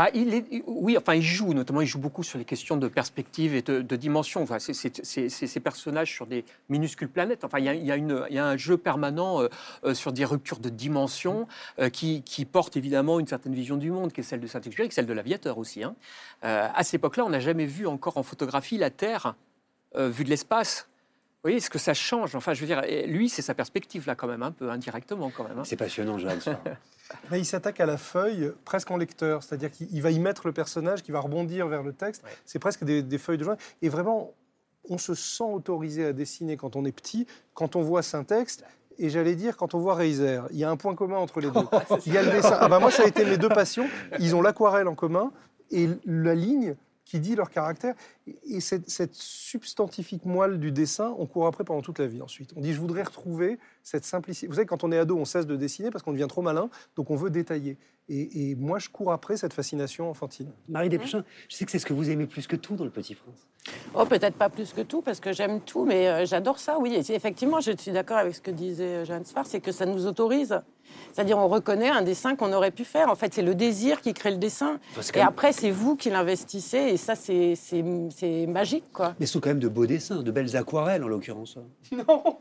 Oui, enfin, il joue beaucoup sur les questions de perspective et de dimension. Enfin, c'est ces personnages sur des minuscules planètes. Enfin, il y a un jeu permanent sur des ruptures de dimension qui porte évidemment une certaine vision du monde, qui est celle de Saint-Exupéry, qui est celle de l'Aviateur aussi. À cette époque-là, on n'a jamais vu encore en photographie la Terre vue de l'espace. Vous voyez, est-ce que ça change? Enfin, je veux dire, lui, c'est sa perspective, là, quand même, un peu indirectement, quand même. C'est passionnant, Johannes Farr. Là, il s'attaque à la feuille presque en lecteur, c'est-à-dire qu'il va y mettre le personnage qui va rebondir vers le texte. Ouais. C'est presque des feuilles de journal. Et vraiment, on se sent autorisé à dessiner quand on est petit, quand on voit Syntex. Et j'allais dire, quand on voit Reiser, il y a un point commun entre les deux. Il y a le dessin. Moi, ça a été mes deux passions. Ils ont l'aquarelle en commun et la ligne qui dit leur caractère. Et cette substantifique moelle du dessin, on court après pendant toute la vie ensuite. On dit, je voudrais retrouver cette simplicité. Vous savez, quand on est ado, on cesse de dessiner parce qu'on devient trop malin, donc on veut détailler. Et moi, je cours après cette fascination enfantine. Marie Desplechin, je sais que c'est ce que vous aimez plus que tout dans Le Petit Prince. Oh, peut-être pas plus que tout, parce que j'aime tout, mais j'adore ça, oui. Et effectivement, je suis d'accord avec ce que disait Johannes Farr, c'est que ça nous autorise. C'est-à-dire, on reconnaît un dessin qu'on aurait pu faire. En fait, c'est le désir qui crée le dessin. Et après, c'est vous qui l'investissez, et ça, c'est magique, quoi. Mais ce sont quand même de beaux dessins, de belles aquarelles, en l'occurrence. Non.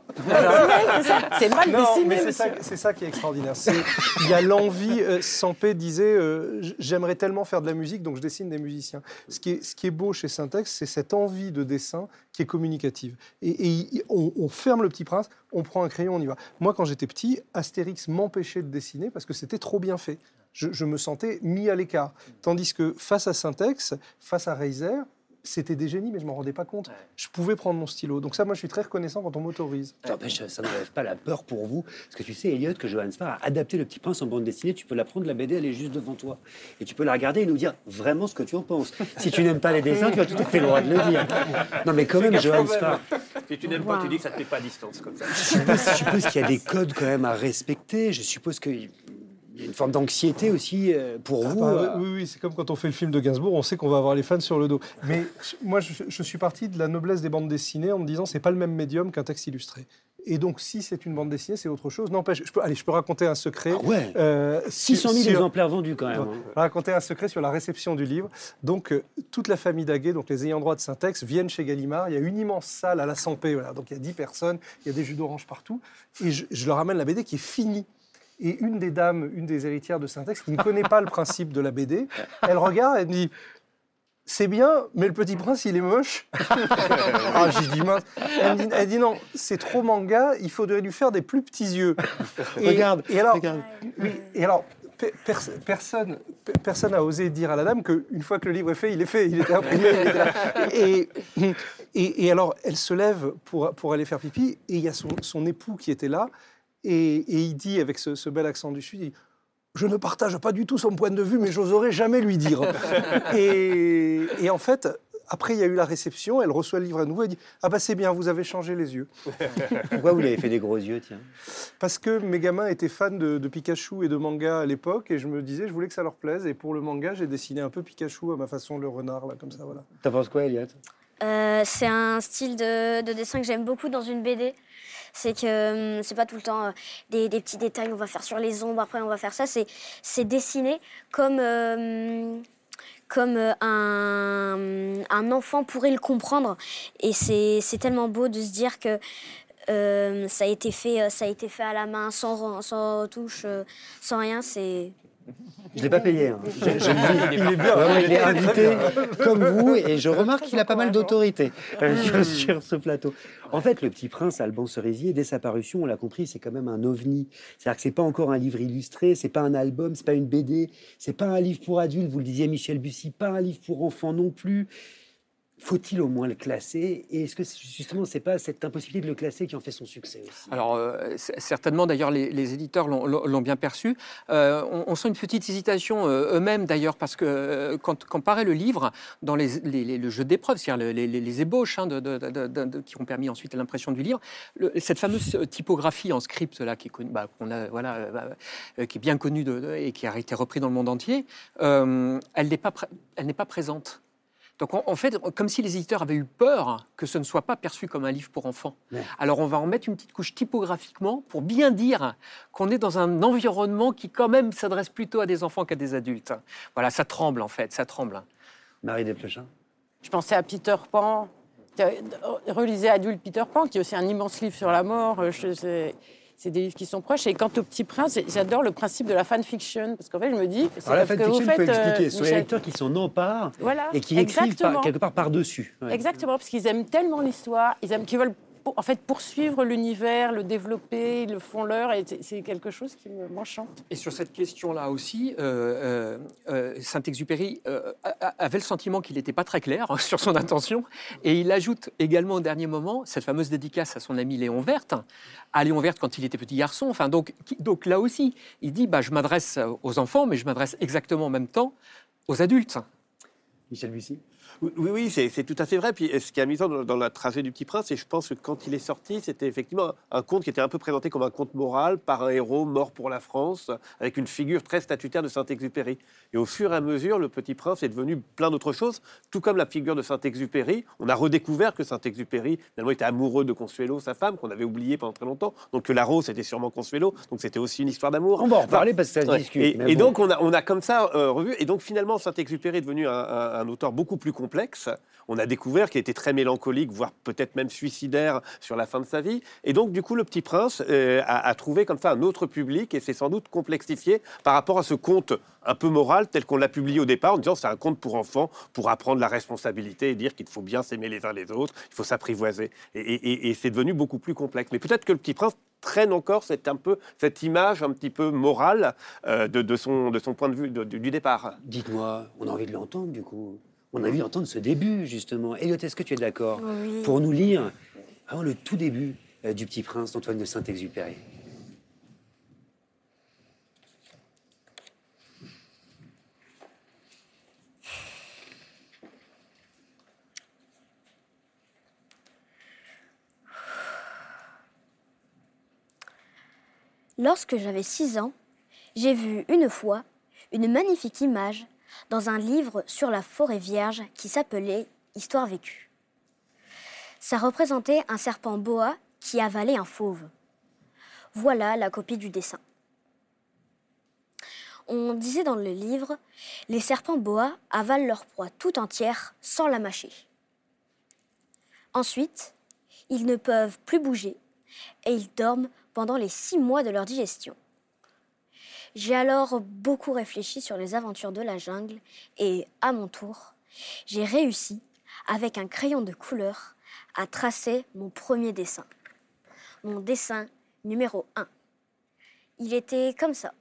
C'est mal dessiné, mais c'est ça qui est extraordinaire. Il y a l'envie. Sampé disait j'aimerais tellement faire de la musique, donc je dessine des musiciens. Ce qui est beau chez Syntex, c'est cette envie de dessin qui est communicative. Et on ferme Le Petit Prince, on prend un crayon, on y va. Moi, quand j'étais petit, Astérix m'empêchait de dessiner parce que c'était trop bien fait. Je me sentais mis à l'écart. Tandis que face à Syntex, face à Reiser, c'était des génies, mais je ne m'en rendais pas compte. Je pouvais prendre mon stylo. Donc ça, moi, je suis très reconnaissant quand on m'autorise. Ça n'enlève pas la peur pour vous. Parce que tu sais, Elliot, que Johannes Farr a adapté Le Petit Prince en bande dessinée. Tu peux la prendre, la BD, elle est juste devant toi. Et tu peux la regarder et nous dire vraiment ce que tu en penses. Si tu n'aimes pas les dessins, tu as tout à fait le droit de le dire. Non, mais quand même, Johannes Farr... Si tu n'aimes pas, tu dis que ça ne te met pas à distance, comme ça. Je suppose qu'il y a des codes quand même à respecter. Je suppose qu'il y a une forme d'anxiété aussi pour vous. Oui, c'est comme quand on fait le film de Gainsbourg, on sait qu'on va avoir les fans sur le dos. Mais moi, je suis parti de la noblesse des bandes dessinées en me disant c'est pas le même médium qu'un texte illustré. Et donc, si c'est une bande dessinée, c'est autre chose. N'empêche, je peux raconter un secret. Ah ouais 600 000 exemplaires vendus quand même. Je vais raconter un secret sur la réception du livre. Donc, toute la famille Daguet, donc les ayants droit de Syntex, viennent chez Gallimard. Il y a une immense salle à la Sampé. Voilà. Donc, il y a 10 personnes, il y a des jus d'orange partout. Et je leur amène la BD qui est finie. Et une des dames, une des héritières de Syntex, qui ne connaît pas le principe de la BD, elle regarde et elle me dit... C'est bien, mais le Petit Prince, il est moche. Ah, j'ai dit mince. Elle dit non, c'est trop manga, il faudrait lui faire des plus petits yeux. Regarde. Oui, et alors personne n'a osé dire à la dame qu'une fois que le livre est fait, il est fait. Il était imprimé. Il était là. Et alors, elle se lève pour aller faire pipi, et il y a son époux qui était là, et il dit avec ce bel accent du Sud, il dit, je ne partage pas du tout son point de vue, mais j'oserais jamais lui dire. Et en fait, après, il y a eu la réception, elle reçoit le livre à nouveau, elle dit « Ah bah c'est bien, vous avez changé les yeux. » Pourquoi vous lui avez fait des gros yeux, tiens? Parce que mes gamins étaient fans de Pikachu et de manga à l'époque, et je me disais, je voulais que ça leur plaise, et pour le manga, j'ai dessiné un peu Pikachu à ma façon, le renard, là, comme ça, voilà. T'en penses quoi, Elliot? C'est un style de dessin que j'aime beaucoup dans une BD. C'est que c'est pas tout le temps des petits détails, on va faire sur les ombres, après on va faire ça. C'est dessiné comme un enfant pourrait le comprendre. Et c'est tellement beau de se dire que ça a été fait à la main, sans retouche, sans rien. Je ne l'ai pas payé. Hein. Je le dis, il est bien. Vraiment, il est invité comme vous, et je remarque qu'il a pas mal d'autorité sur ce plateau. En fait, Le Petit Prince, Alban Cerisier, dès sa parution, on l'a compris, c'est quand même un ovni. C'est-à-dire que c'est pas encore un livre illustré, c'est pas un album, c'est pas une BD, c'est pas un livre pour adultes, vous le disiez Michel Bussy, pas un livre pour enfants non plus. Faut-il au moins le classer? Et est-ce que justement, c'est pas cette impossibilité de le classer qui en fait son succès aussi? Alors, certainement, d'ailleurs, les éditeurs l'ont bien perçu. On sent une petite hésitation eux-mêmes, d'ailleurs, parce que quand paraît le livre, dans le jeu d'épreuves, c'est-à-dire les ébauches qui ont permis ensuite l'impression du livre, cette fameuse typographie en script là, qui est bien connue et qui a été reprise dans le monde entier, elle n'est pas présente. Donc, en fait, comme si les éditeurs avaient eu peur que ce ne soit pas perçu comme un livre pour enfants. Ouais. Alors, on va en mettre une petite couche typographiquement pour bien dire qu'on est dans un environnement qui, quand même, s'adresse plutôt à des enfants qu'à des adultes. Voilà, ça tremble, en fait, ça tremble. Marie Desplechin. Je pensais à Peter Pan. Relisez Adulte Peter Pan, qui est aussi un immense livre sur la mort. C'est des livres qui sont proches. Et quant au Petit Prince, j'adore le principe de la fanfiction. Parce qu'en fait, je me dis... Alors la fanfiction, il faut expliquer. Ce sont les lecteurs qui s'en emparent et qui écrivent quelque part par-dessus. Ouais. Exactement, parce qu'ils aiment tellement l'histoire, qu'ils veulent en fait poursuivre l'univers, le développer, ils le font leur, et c'est quelque chose qui m'enchante. Et sur cette question-là aussi, Saint-Exupéry avait le sentiment qu'il n'était pas très clair sur son intention, et il ajoute également au dernier moment cette fameuse dédicace à son ami Léon Verte, à Léon Verte quand il était petit garçon. Enfin, donc là aussi, il dit je m'adresse aux enfants, mais je m'adresse exactement en même temps aux adultes. Michel Bussy. Oui, c'est tout à fait vrai. Puis ce qui est amusant dans la tragédie du Petit Prince, et je pense que quand il est sorti, c'était effectivement un conte qui était un peu présenté comme un conte moral par un héros mort pour la France, avec une figure très statutaire de Saint-Exupéry. Et au fur et à mesure, le Petit Prince est devenu plein d'autres choses, tout comme la figure de Saint-Exupéry. On a redécouvert que Saint-Exupéry, finalement, était amoureux de Consuelo, sa femme, qu'on avait oublié pendant très longtemps. Donc que la rose, c'était sûrement Consuelo. Donc c'était aussi une histoire d'amour. On va en reparler parce que ça se discute. Et donc on a comme ça revu. Et donc finalement, Saint-Exupéry est devenu un auteur beaucoup plus complexe. On a découvert qu'il était très mélancolique, voire peut-être même suicidaire sur la fin de sa vie. Et donc, du coup, le Petit Prince a trouvé comme ça un autre public et s'est sans doute complexifié par rapport à ce conte un peu moral tel qu'on l'a publié au départ en disant c'est un conte pour enfants, pour apprendre la responsabilité et dire qu'il faut bien s'aimer les uns les autres, il faut s'apprivoiser. Et c'est devenu beaucoup plus complexe. Mais peut-être que le Petit Prince traîne encore cette image un petit peu morale de son point de vue du départ. Dites-moi, on a envie de l'entendre du coup. On a envie d'entendre ce début, justement. Elliot, est-ce que tu es d'accord pour nous lire vraiment le tout début du Petit Prince d'Antoine de Saint-Exupéry? Lorsque j'avais 6 ans, j'ai vu une fois une magnifique image dans un livre sur la forêt vierge qui s'appelait « Histoire vécue ». Ça représentait un serpent boa qui avalait un fauve. Voilà la copie du dessin. On disait dans le livre, les serpents boa avalent leur proie tout entière sans la mâcher. Ensuite, ils ne peuvent plus bouger et ils dorment pendant les 6 mois de leur digestion. J'ai alors beaucoup réfléchi sur les aventures de la jungle et, à mon tour, j'ai réussi, avec un crayon de couleur, à tracer mon premier dessin. Mon dessin numéro 1. Il était comme ça.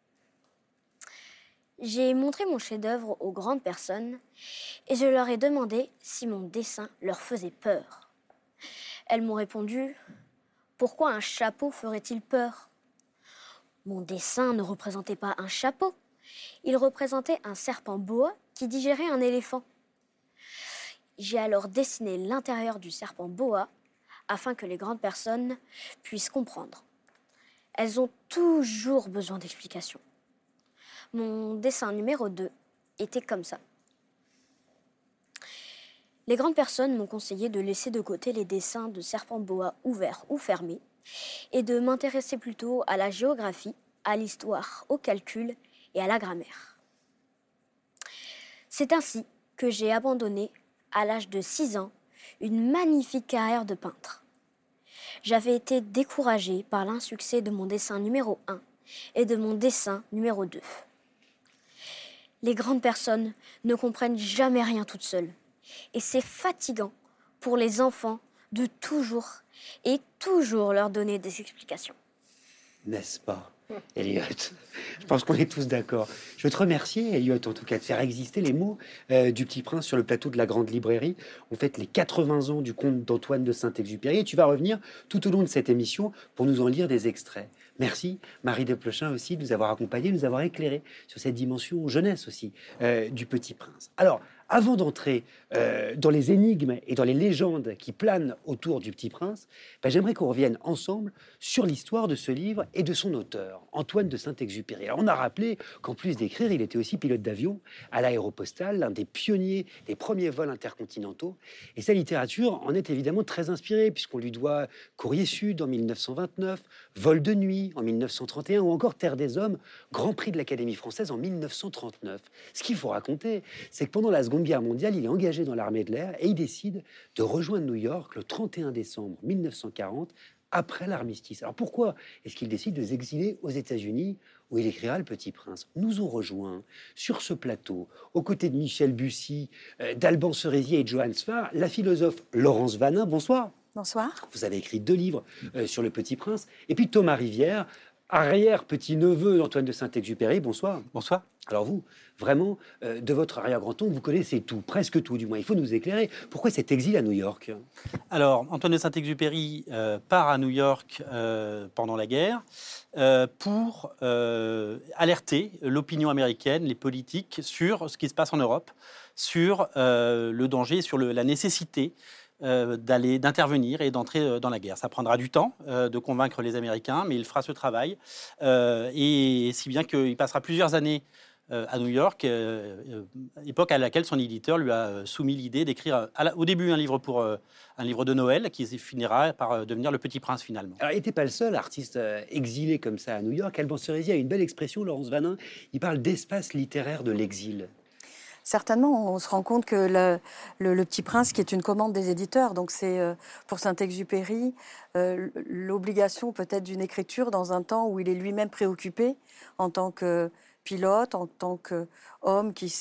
J'ai montré mon chef-d'œuvre aux grandes personnes et je leur ai demandé si mon dessin leur faisait peur. Elles m'ont répondu « Pourquoi un chapeau ferait-il peur ?» Mon dessin ne représentait pas un chapeau. Il représentait un serpent boa qui digérait un éléphant. J'ai alors dessiné l'intérieur du serpent boa afin que les grandes personnes puissent comprendre. Elles ont toujours besoin d'explications. Mon dessin numéro 2 était comme ça. Les grandes personnes m'ont conseillé de laisser de côté les dessins de serpents boa ouverts ou fermés et de m'intéresser plutôt à la géographie, à l'histoire, au calcul et à la grammaire. C'est ainsi que j'ai abandonné, à l'âge de 6 ans, une magnifique carrière de peintre. J'avais été découragée par l'insuccès de mon dessin numéro 1 et de mon dessin numéro 2. Les grandes personnes ne comprennent jamais rien toutes seules. Et c'est fatigant pour les enfants de toujours leur donner des explications. N'est-ce pas, Elliot? Je pense qu'on est tous d'accord. Je veux te remercier, Elliot, en tout cas, de faire exister les mots du Petit Prince sur le plateau de la Grande Librairie. On fête les 80 ans du conte d'Antoine de Saint-Exupéry et tu vas revenir tout au long de cette émission pour nous en lire des extraits. Merci, Marie Desplechin aussi, de nous avoir accompagnés, de nous avoir éclairés sur cette dimension jeunesse aussi du Petit Prince. Alors, avant d'entrer dans les énigmes et dans les légendes qui planent autour du Petit Prince, j'aimerais qu'on revienne ensemble sur l'histoire de ce livre et de son auteur, Antoine de Saint-Exupéry. Alors, on a rappelé qu'en plus d'écrire, il était aussi pilote d'avion à l'Aéropostale, l'un des pionniers des premiers vols intercontinentaux. Et sa littérature en est évidemment très inspirée, puisqu'on lui doit Courrier Sud en 1929, Vol de nuit en 1931 ou encore Terre des Hommes, Grand Prix de l'Académie française en 1939. Ce qu'il faut raconter, c'est que pendant la Seconde Guerre mondiale, il est engagé dans l'armée de l'air et il décide de rejoindre New York le 31 décembre 1940 après l'armistice. Alors pourquoi est-ce qu'il décide de s'exiler aux États-Unis où il écrira Le Petit Prince? Nous ont rejoint sur ce plateau, aux côtés de Michel Bussy, d'Alban Cerisier et de Johann Sfar, la philosophe Laurence Vanin. Bonsoir. Bonsoir. Vous avez écrit 2 livres sur Le Petit Prince. Et puis Thomas Rivière, arrière-petit-neveu d'Antoine de Saint-Exupéry. Bonsoir. Bonsoir. Alors vous, vraiment, de votre arrière-grand-oncle, vous connaissez tout, presque tout du moins. Il faut nous éclairer. Pourquoi cet exil à New York? Alors, Antoine de Saint-Exupéry part à New York pendant la guerre pour alerter l'opinion américaine, les politiques, sur ce qui se passe en Europe, sur le danger, sur la nécessité d'intervenir et d'entrer dans la guerre. Ça prendra du temps de convaincre les Américains, mais il fera ce travail. Et si bien qu'il passera plusieurs années à New York, époque à laquelle son éditeur lui a soumis l'idée d'écrire au début un livre de Noël qui finira par devenir Le Petit Prince finalement. Alors, il n'était pas le seul artiste exilé comme ça à New York. Alban Cerisier a une belle expression, Laurence Vanin. Il parle d'espace littéraire de l'exil. Certainement, on se rend compte que le Petit Prince, qui est une commande des éditeurs, donc c'est pour Saint-Exupéry l'obligation peut-être d'une écriture dans un temps où il est lui-même préoccupé en tant que pilote, en tant qu'homme qui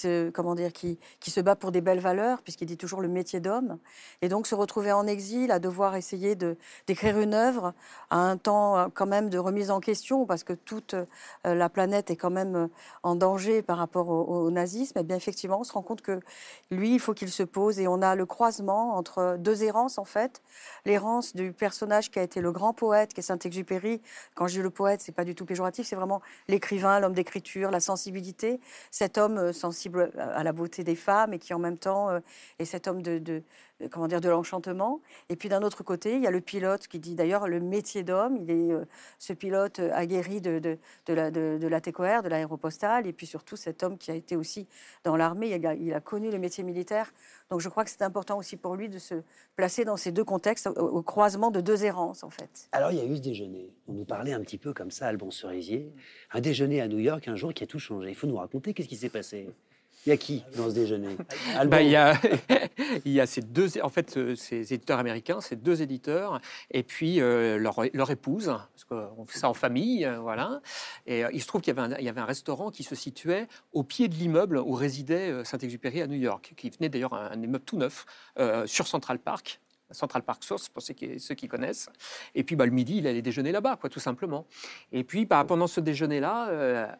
se bat pour des belles valeurs, puisqu'il dit toujours le métier d'homme, et donc se retrouver en exil, à devoir essayer d'écrire une œuvre à un temps quand même de remise en question, parce que toute la planète est quand même en danger par rapport au nazisme. Et bien effectivement, on se rend compte que lui, il faut qu'il se pose, et on a le croisement entre 2 errances en fait, l'errance du personnage qui a été le grand poète, qui est Saint-Exupéry. Quand je dis le poète, c'est pas du tout péjoratif, c'est vraiment l'écrivain, l'homme d'écriture, la sensibilité, cet homme sensible à la beauté des femmes et qui en même temps est cet homme de de l'enchantement. Et puis d'un autre côté, il y a le pilote qui dit d'ailleurs le métier d'homme. Il est ce pilote aguerri de la TECOR, de l'aéropostale, et puis surtout cet homme qui a été aussi dans l'armée. Il a connu le métier militaire. Donc je crois que c'est important aussi pour lui de se placer dans ces deux contextes, au croisement de deux errances en fait. Alors il y a eu ce déjeuner. On nous parlait un petit peu comme ça, Alban Cerisier. Un déjeuner à New York un jour qui a tout changé. Il faut nous raconter qu'est-ce qui s'est passé. Il y a qui dans ce déjeuner? Il y a ces deux, en fait, ces éditeurs américains, ces deux éditeurs, et puis leur épouse, parce qu'on fait ça en famille, voilà. Et il se trouve qu'il y avait un restaurant qui se situait au pied de l'immeuble où résidait Saint-Exupéry à New York, qui venait d'ailleurs un immeuble tout neuf sur Central Park Source, pour ceux qui connaissent. Et puis le midi, il allait déjeuner là-bas, quoi, tout simplement. Et puis pendant ce déjeuner-là,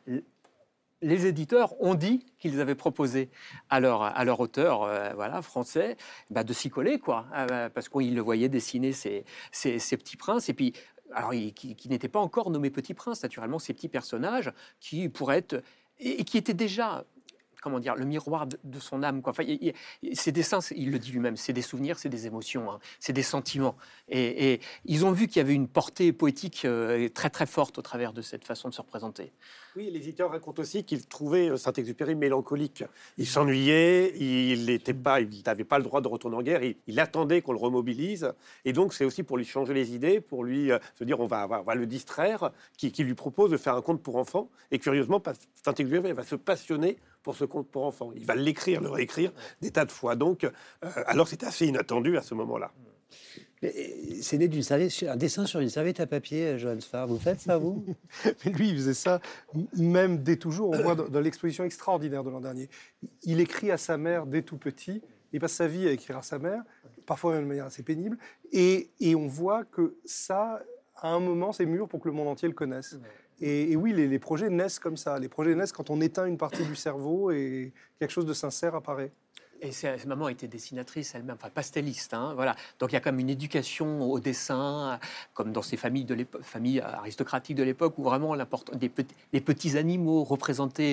les éditeurs ont dit qu'ils avaient proposé à leur auteur français de s'y coller, quoi, parce qu'ils le voyaient dessiner ces petits princes. Et puis, alors, qui n'étaient pas encore nommés petits princes, naturellement, ces petits personnages qui pourraient être... et qui étaient déjà... le miroir de son âme, quoi. Enfin, ces dessins, il le dit lui-même, c'est des souvenirs, c'est des émotions, hein, c'est des sentiments. Et ils ont vu qu'il y avait une portée poétique très très forte au travers de cette façon de se représenter. Oui, l'éditeur raconte aussi qu'il trouvait Saint-Exupéry mélancolique. Il s'ennuyait, il n'avait pas le droit de retourner en guerre, il attendait qu'on le remobilise. Et donc, c'est aussi pour lui changer les idées, pour lui se dire on va le distraire, qui lui propose de faire un conte pour enfants. Et curieusement, Saint-Exupéry va se passionner pour ce conte pour enfants. Il va l'écrire, le réécrire des tas de fois. Donc, alors c'était assez inattendu à ce moment-là. C'est né un dessin sur une serviette à papier, Johann Sfar. Vous faites ça, vous? Mais lui, il faisait ça même dès toujours. On voit dans l'exposition extraordinaire de l'an dernier. Il écrit à sa mère dès tout petit. Il passe sa vie à écrire à sa mère, parfois même de manière assez pénible. Et on voit que ça, à un moment, c'est mûr pour que le monde entier le connaisse. Et oui, les projets naissent comme ça. Les projets naissent quand on éteint une partie du cerveau et quelque chose de sincère apparaît. Et sa maman était dessinatrice elle-même, enfin pastelliste, hein, voilà. Donc il y a quand même une éducation au dessin, comme dans ces familles aristocratiques de l'époque, où vraiment les petits animaux représentaient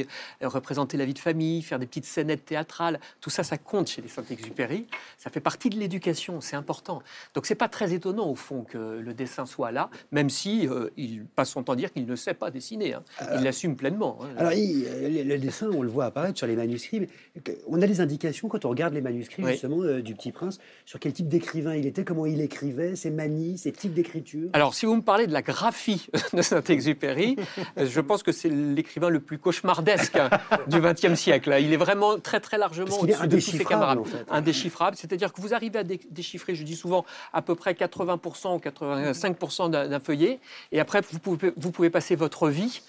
la vie de famille, faire des petites scénettes théâtrales, tout ça, ça compte chez les Saint-Exupéry. Ça fait partie de l'éducation, c'est important. Donc c'est pas très étonnant au fond que le dessin soit là, même si il passe son temps à dire qu'il ne sait pas dessiner. Hein. Il l'assume pleinement. Hein. Alors le dessin, on le voit apparaître sur les manuscrits. On a des indications quand on regarde les manuscrits justement du Petit Prince, sur quel type d'écrivain il était, comment il écrivait, ses manies, ses types d'écriture. Alors, si vous me parlez de la graphie de Saint-Exupéry, je pense que c'est l'écrivain le plus cauchemardesque du XXe siècle. Il est vraiment très très largement au-dessus de tous ses camarades. En fait. Indéchiffrable, c'est-à-dire que vous arrivez à déchiffrer, je dis souvent, à peu près 80% ou 85% d'un feuillet, et après vous pouvez passer votre vie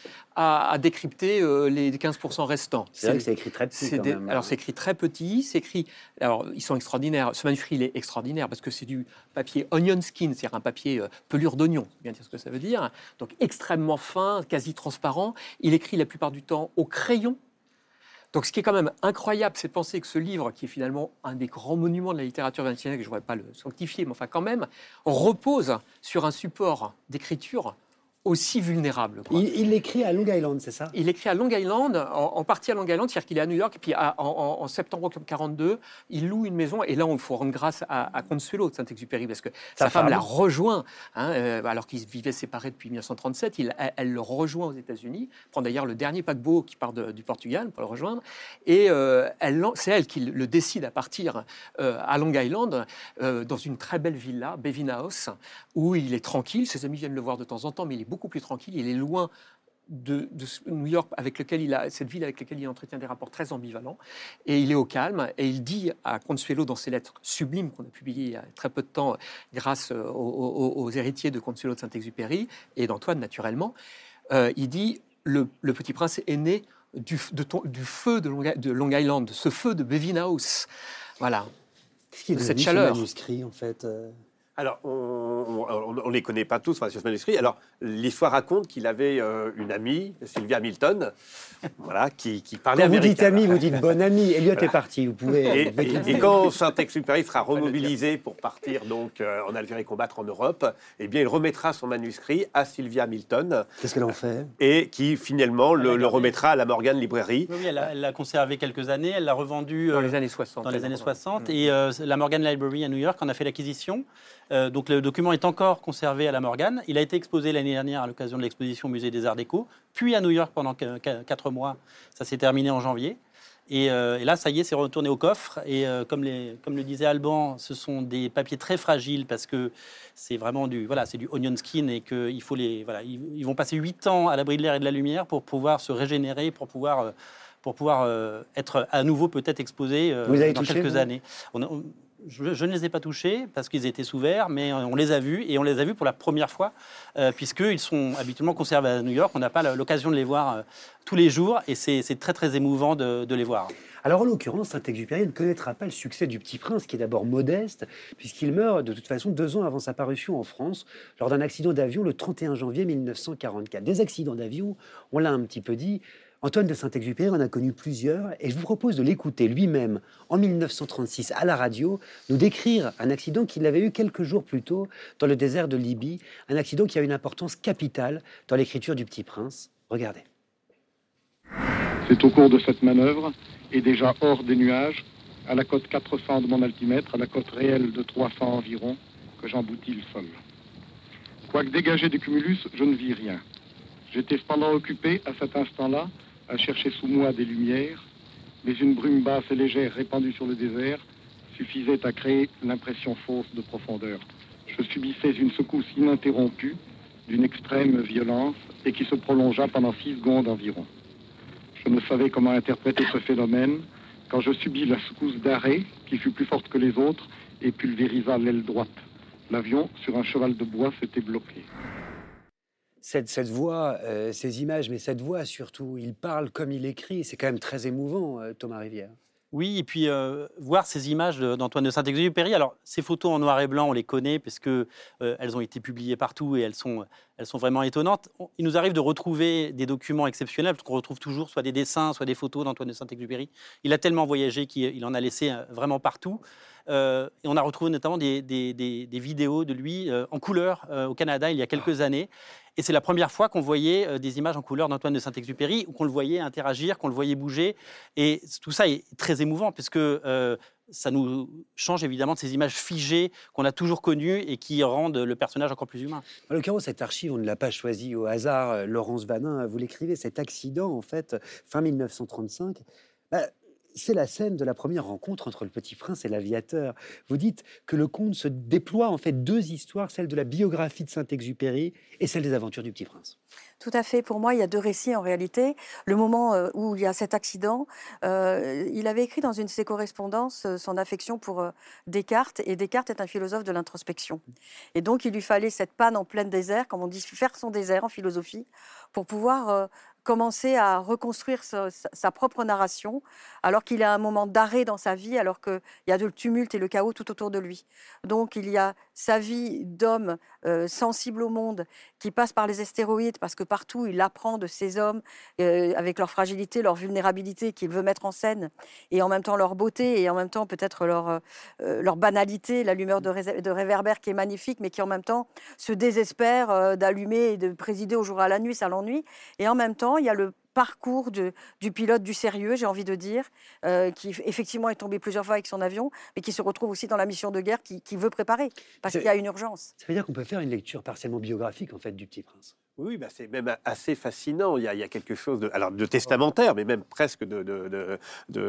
à décrypter les 15% restants. C'est vrai que c'est écrit très petit. Alors c'est écrit très petit, c'est écrit. Alors ils sont extraordinaires. Ce manuscrit il est extraordinaire parce que c'est du papier onion skin, c'est-à-dire un papier pelure d'oignon, bien dire ce que ça veut dire. Donc extrêmement fin, quasi transparent. Il écrit la plupart du temps au crayon. Donc ce qui est quand même incroyable, c'est de penser que ce livre, qui est finalement un des grands monuments de la littérature XXe, que je ne voudrais pas le sanctifier, mais enfin quand même, repose sur un support d'écriture aussi vulnérable. Il écrit à Long Island, c'est ça? Il écrit à Long Island, en partie à Long Island, c'est-à-dire qu'il est à New York, et puis en septembre 1942, il loue une maison, et là, il faut rendre grâce à Consuelo de Saint-Exupéry, parce que sa femme l'a rejoint, hein, alors qu'ils vivaient séparés depuis 1937, elle le rejoint aux États-Unis, prend d'ailleurs le dernier paquebot qui part du Portugal pour le rejoindre, et c'est elle qui le décide à partir à Long Island, dans une très belle villa, Bevin House, où il est tranquille, ses amis viennent le voir de temps en temps, mais il est beaucoup plus tranquille, il est loin de New York, cette ville avec laquelle il entretient des rapports très ambivalents, et il est au calme, et il dit à Consuelo dans ses lettres sublimes qu'on a publiées il y a très peu de temps grâce aux héritiers de Consuelo de Saint-Exupéry et d'Antoine naturellement, il dit le Petit Prince est né du feu de Long Island, de ce feu de Bevin House, voilà. Qu'est-ce qui est de devenu cette chaleur. Ce manuscrit en fait Alors, on ne les connaît pas tous sur ce manuscrit. Alors, l'histoire raconte qu'il avait une amie, Sylvia Hamilton, voilà, qui parlait Quand vous américain. dites ami, vous dites bonne amie. Elliot est parti, vous pouvez... Et quand Saint-Exupéry sera remobilisé pour partir donc, en Algérie combattre en Europe, eh bien, il remettra son manuscrit à Sylvia Hamilton. Qu'est-ce qu'elle en fait? Et qui, finalement, le remettra à la Morgan Librairie. Oui, elle l'a conservé quelques années, elle l'a revendu Dans les années 60. dans les années 60, et la Morgan Library à New York en a fait l'acquisition. Donc le document est encore conservé à la Morgan. Il a été exposé l'année dernière à l'occasion de l'exposition au Musée des Arts Déco, puis à New York pendant 4 mois. Ça s'est terminé en janvier. Et là, ça y est, c'est retourné au coffre. Et comme le disait Alban, ce sont des papiers très fragiles parce que c'est vraiment du onion skin et qu'ils faut ils vont passer 8 ans à l'abri de l'air et de la lumière pour pouvoir se régénérer, pour pouvoir être à nouveau peut-être exposés dans quelques années. Je ne les ai pas touchés parce qu'ils étaient sous verre, mais on les a vus, et on les a vus pour la première fois, puisqu'ils sont habituellement conservés à New York. On n'a pas l'occasion de les voir tous les jours, et c'est très très émouvant de les voir. Alors en l'occurrence, Saint-Exupéry ne connaîtra pas le succès du Petit Prince, qui est d'abord modeste, puisqu'il meurt de toute façon 2 ans avant sa parution en France, lors d'un accident d'avion le 31 janvier 1944. Des accidents d'avion, on l'a un petit peu dit, Antoine de Saint-Exupéry en a connu plusieurs, et je vous propose de l'écouter lui-même en 1936 à la radio, nous décrire un accident qu'il avait eu quelques jours plus tôt dans le désert de Libye, un accident qui a une importance capitale dans l'écriture du Petit Prince. Regardez. C'est au cours de cette manœuvre, et déjà hors des nuages, à la cote 400 de mon altimètre, à la cote réelle de 300 environ, que j'emboutis le sol. Quoique dégagé du cumulus, je ne vis rien. J'étais cependant occupé, à cet instant-là, à chercher sous moi des lumières, mais une brume basse et légère répandue sur le désert suffisait à créer l'impression fausse de profondeur. Je subissais une secousse ininterrompue, d'une extrême violence, et qui se prolongea pendant 6 secondes environ. Je ne savais comment interpréter ce phénomène quand je subis la secousse d'arrêt, qui fut plus forte que les autres, et pulvérisa l'aile droite. L'avion, sur un cheval de bois, s'était bloqué. Cette voix, ces images, mais cette voix surtout, il parle comme il écrit, c'est quand même très émouvant, Thomas Rivière. Oui, et puis voir ces images d'Antoine de Saint-Exupéry. Alors, ces photos en noir et blanc, on les connaît parce que elles ont été publiées partout et elles sont vraiment étonnantes. Il nous arrive de retrouver des documents exceptionnels, parce qu'on retrouve toujours soit des dessins, soit des photos d'Antoine de Saint-Exupéry. Il a tellement voyagé qu'il en a laissé vraiment partout. Et on a retrouvé notamment des vidéos de lui en couleur au Canada il y a quelques années. Et c'est la première fois qu'on voyait des images en couleur d'Antoine de Saint-Exupéry, qu'on le voyait interagir, qu'on le voyait bouger. Et tout ça est très émouvant, puisque ça nous change évidemment de ces images figées qu'on a toujours connues et qui rendent le personnage encore plus humain. En l'occurrence, cette archive, on ne l'a pas choisie au hasard. Laurence Vanin, vous l'écrivez, cet accident, en fait, fin 1935... c'est la scène de la première rencontre entre le Petit Prince et l'aviateur. Vous dites que le conte se déploie en fait 2 histoires, celle de la biographie de Saint-Exupéry et celle des aventures du Petit Prince. Tout à fait. Pour moi, il y a 2 récits en réalité. Le moment où il y a cet accident, il avait écrit dans une de ses correspondances son affection pour Descartes, et Descartes est un philosophe de l'introspection. Et donc, il lui fallait cette panne en plein désert, comme on dit, faire son désert en philosophie, pour pouvoir commencer à reconstruire sa propre narration, alors qu'il a un moment d'arrêt dans sa vie, alors qu'il y a le tumulte et le chaos tout autour de lui. Donc il y a sa vie d'homme sensible au monde, qui passe par les astéroïdes, parce que partout il apprend de ces hommes, avec leur fragilité, leur vulnérabilité, qu'il veut mettre en scène, et en même temps leur beauté, et en même temps peut-être leur banalité, la lumière de réverbère qui est magnifique, mais qui en même temps se désespère d'allumer et de présider au jour à la nuit, ça l'ennuie. Et en même temps, il y a le parcours du pilote du sérieux, j'ai envie de dire, qui effectivement est tombé plusieurs fois avec son avion, mais qui se retrouve aussi dans la mission de guerre qu'il veut préparer, parce qu'il y a une urgence. Ça veut dire qu'on peut faire une lecture partiellement biographique, en fait, du Petit Prince. Oui, c'est même assez fascinant. Il y a quelque chose de testamentaire, mais même presque de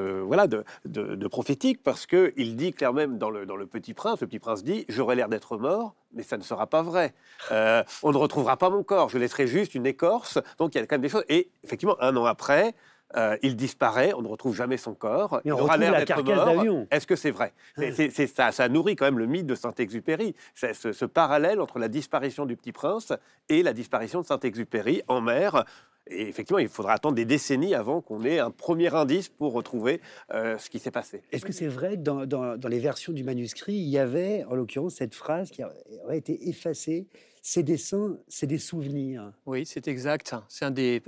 prophétique, parce qu'il dit clairement dans le Petit Prince, le Petit Prince dit « J'aurai l'air d'être mort, mais ça ne sera pas vrai. On ne retrouvera pas mon corps, je laisserai juste une écorce. » Donc il y a quand même des choses. Et effectivement, 1 an après, il disparaît, on ne retrouve jamais son corps. Mais on il aura retrouve l'air la d'être carcasse mort. d'avion. Est-ce que c'est vrai? C'est ça nourrit quand même le mythe de Saint-Exupéry. Ce parallèle entre la disparition du Petit Prince et la disparition de Saint-Exupéry en mer. Et effectivement, il faudra attendre des décennies avant qu'on ait un premier indice pour retrouver ce qui s'est passé. Est-ce que c'est vrai que dans les versions du manuscrit, il y avait, en l'occurrence, cette phrase qui aurait été effacée? Ces dessins, c'est des souvenirs. Oui, c'est exact. C'est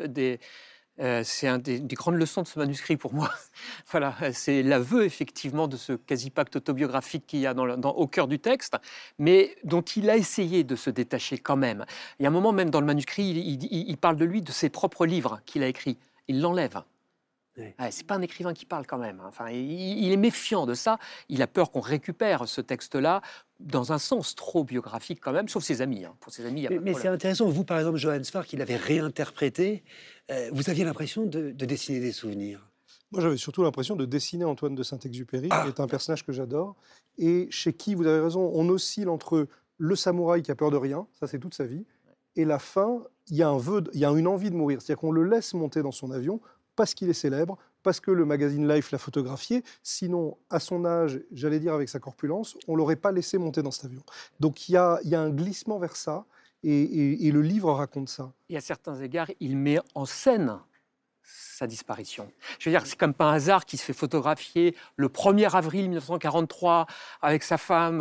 des grandes leçons de ce manuscrit pour moi. Voilà, c'est l'aveu effectivement de ce quasi-pacte autobiographique qu'il y a au cœur du texte, mais dont il a essayé de se détacher quand même. Il y a un moment même dans le manuscrit, il parle de lui, de ses propres livres qu'il a écrits. Il l'enlève. Ouais. C'est pas un écrivain qui parle quand même. Enfin, il est méfiant de ça. Il a peur qu'on récupère ce texte-là dans un sens trop biographique quand même, sauf ses amis. Pour ses amis, il y a pas de Mais c'est problème. intéressant. Vous, par exemple, Johann Sfar, qui l'avait réinterprété, vous aviez l'impression de dessiner des souvenirs. Moi, j'avais surtout l'impression de dessiner Antoine de Saint-Exupéry, qui est un personnage que j'adore, et chez qui, vous avez raison, on oscille entre le samouraï qui a peur de rien, ça c'est toute sa vie, et la fin, il y a une envie de mourir. C'est-à-dire qu'on le laisse monter dans son avion parce qu'il est célèbre, parce que le magazine Life l'a photographié. Sinon, à son âge, j'allais dire avec sa corpulence, on ne l'aurait pas laissé monter dans cet avion. Donc il y a un glissement vers ça, et le livre raconte ça. Et à certains égards, il met en scène sa disparition. Je veux dire, c'est comme pas un hasard qu'il se fait photographier le 1er avril 1943 avec sa femme.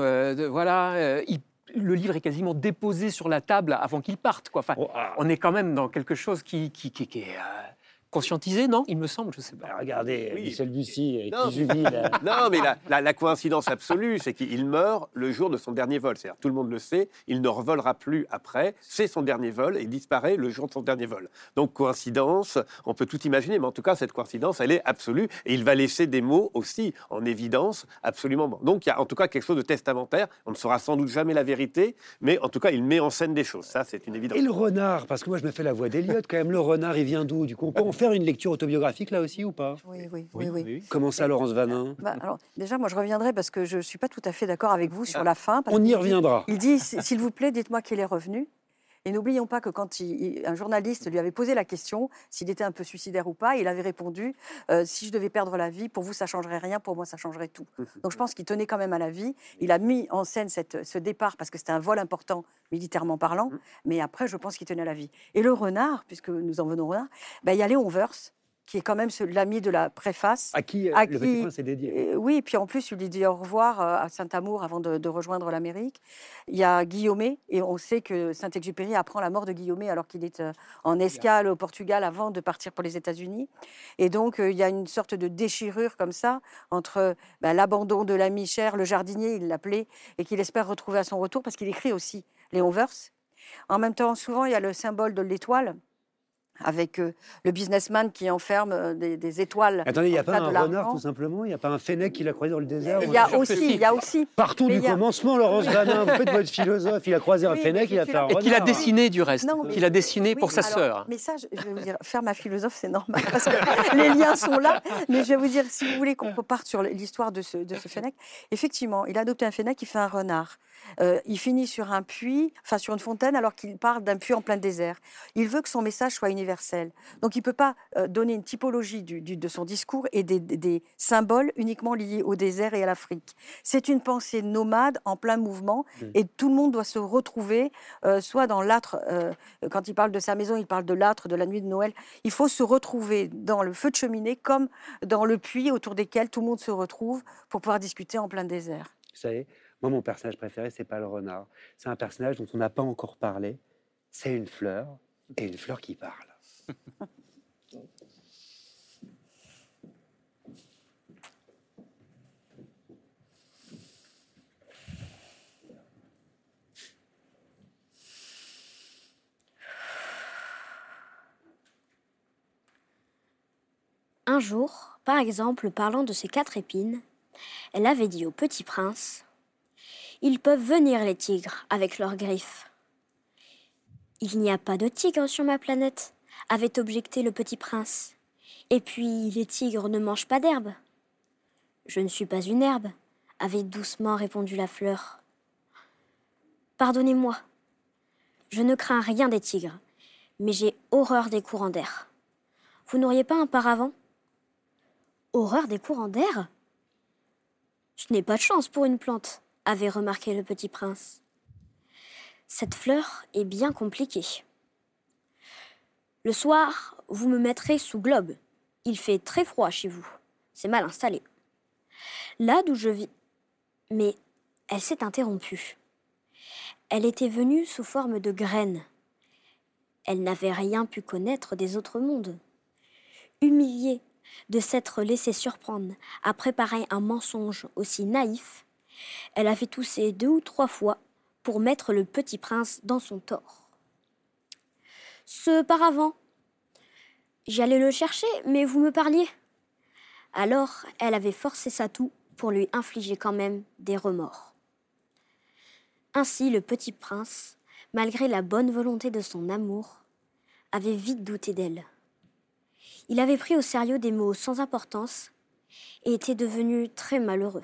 Le livre est quasiment déposé sur la table avant qu'il parte, quoi. Enfin, on est quand même dans quelque chose qui est conscientisé, non? Il me semble, je sais pas. Regardez, Oui. Michel Bussy et Non, qui jubile. Non, mais la coïncidence absolue, c'est qu'il meurt le jour de son dernier vol. C'est-à-dire, tout le monde le sait, il ne revolera plus après. C'est son dernier vol et il disparaît le jour de son dernier vol. Donc, coïncidence, on peut tout imaginer, mais en tout cas, cette coïncidence, elle est absolue. Et il va laisser des mots aussi en évidence, absolument. Donc, il y a en tout cas quelque chose de testamentaire. On ne saura sans doute jamais la vérité, mais en tout cas, il met en scène des choses. Ça, c'est une évidence. Et le renard, parce que moi je me fais la voix d'Eliott quand même. Le renard, il vient d'où? Du coup, on peut en faire une lecture autobiographique là aussi ou pas? Oui. Comment ça, Laurence Vanin? Alors, déjà, moi, je reviendrai parce que je ne suis pas tout à fait d'accord avec vous sur la fin. Parce On y qu'il reviendra. Il dit, s'il vous plaît, dites-moi qu'il est revenu. Et n'oublions pas que quand un journaliste lui avait posé la question s'il était un peu suicidaire ou pas, il avait répondu si je devais perdre la vie, pour vous, ça changerait rien, pour moi, ça changerait tout. Donc je pense qu'il tenait quand même à la vie. Il a mis en scène ce départ parce que c'était un vol important, militairement parlant, mais après, je pense qu'il tenait à la vie. Et le renard, puisque nous en venons au renard, il y a Léon Weurs, qui est quand même l'ami de la préface. À qui le Petit Prince est dédié. Oui, et puis en plus, il lui dit au revoir à Saint-Amour avant de rejoindre l'Amérique. Il y a Guillaumet, et on sait que Saint-Exupéry apprend la mort de Guillaumet alors qu'il est en escale au Portugal avant de partir pour les États-Unis. Et donc, il y a une sorte de déchirure comme ça entre l'abandon de l'ami cher, le jardinier, il l'appelait, et qu'il espère retrouver à son retour, parce qu'il écrit aussi Léon Weurs. En même temps, souvent, il y a le symbole de l'étoile, avec le businessman qui enferme des étoiles. Attendez, il n'y a pas un renard l'argent. tout simplement? Il n'y a pas un fennec qu'il a croisé dans le désert? Il y a aussi. Partout Mais du commencement, Laurence Vanin, vous faites votre philosophe. Il a croisé un fennec, il a fait un renard. Et qu'il a dessiné du reste, Non, mais- qu'il a dessiné pour sa alors, sœur. Mais ça, je vais vous dire, faire ma philosophe, c'est normal, parce que les liens sont là. Mais je vais vous dire, si vous voulez qu'on reparte sur l'histoire de ce fennec, effectivement, il a adopté un fennec qui fait un renard. Il finit sur un puits, enfin sur une fontaine, alors qu'il parle d'un puits en plein désert. Il veut que son message soit universel. Donc, il ne peut pas donner une typologie de son discours et des symboles uniquement liés au désert et à l'Afrique. C'est une pensée nomade en plein mouvement et tout le monde doit se retrouver, soit dans l'âtre, quand il parle de sa maison, il parle de l'âtre, de la nuit de Noël. Il faut se retrouver dans le feu de cheminée comme dans le puits autour desquels tout le monde se retrouve pour pouvoir discuter en plein désert. Vous savez, moi, mon personnage préféré, c'est pas le renard. C'est un personnage dont on n'a pas encore parlé. C'est une fleur, et une fleur qui parle. Un jour, par exemple, parlant de ces 4 épines, elle avait dit au petit prince « Ils peuvent venir, les tigres, avec leurs griffes. »« Il n'y a pas de tigres sur ma planète, » avait objecté le petit prince. « Et puis, les tigres ne mangent pas d'herbe. »« Je ne suis pas une herbe, » avait doucement répondu la fleur. « Pardonnez-moi, je ne crains rien des tigres, mais j'ai horreur des courants d'air. Vous n'auriez pas un paravent ? » Horreur des courants d'air ? Ce n'est pas de chance pour une plante, avait remarqué le petit prince. Cette fleur est bien compliquée. Le soir, vous me mettrez sous globe. Il fait très froid chez vous. C'est mal installé. Là d'où je vis... Mais elle s'est interrompue. Elle était venue sous forme de graine. Elle n'avait rien pu connaître des autres mondes. Humiliée de s'être laissée surprendre à préparer un mensonge aussi naïf, elle avait toussé 2 ou 3 fois pour mettre le petit prince dans son tort. Ce paravent, j'allais le chercher, mais vous me parliez. Alors, elle avait forcé sa toux pour lui infliger quand même des remords. Ainsi, le petit prince, malgré la bonne volonté de son amour, avait vite douté d'elle. Il avait pris au sérieux des mots sans importance et était devenu très malheureux.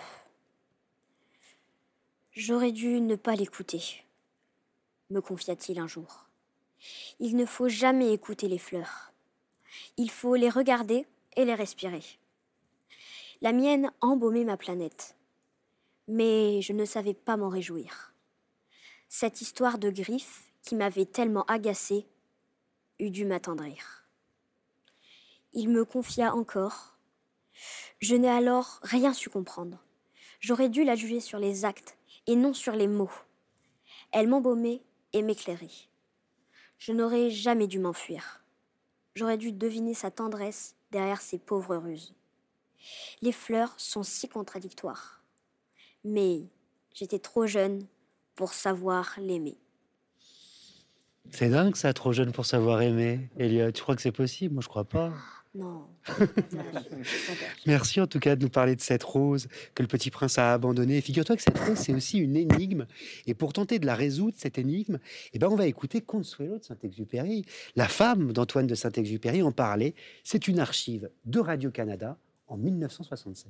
J'aurais dû ne pas l'écouter, me confia-t-il un jour. Il ne faut jamais écouter les fleurs. Il faut les regarder et les respirer. La mienne embaumait ma planète, mais je ne savais pas m'en réjouir. Cette histoire de griffes qui m'avait tellement agacée eût dû m'attendrir. Il me confia encore. Je n'ai alors rien su comprendre. J'aurais dû la juger sur les actes et non sur les mots. Elle m'embaumait et m'éclairait. Je n'aurais jamais dû m'enfuir. J'aurais dû deviner sa tendresse derrière ses pauvres ruses. Les fleurs sont si contradictoires. Mais j'étais trop jeune pour savoir l'aimer. C'est dingue ça, trop jeune pour savoir aimer. Elliot, tu crois que c'est possible? Moi, je crois pas. Non. Merci en tout cas de nous parler de cette rose que le petit prince a abandonnée. Et figure-toi que cette rose, c'est aussi une énigme. Et pour tenter de la résoudre, cette énigme, eh ben, on va écouter Consuelo de Saint-Exupéry. La femme d'Antoine de Saint-Exupéry en parlait. C'est une archive de Radio-Canada en 1967.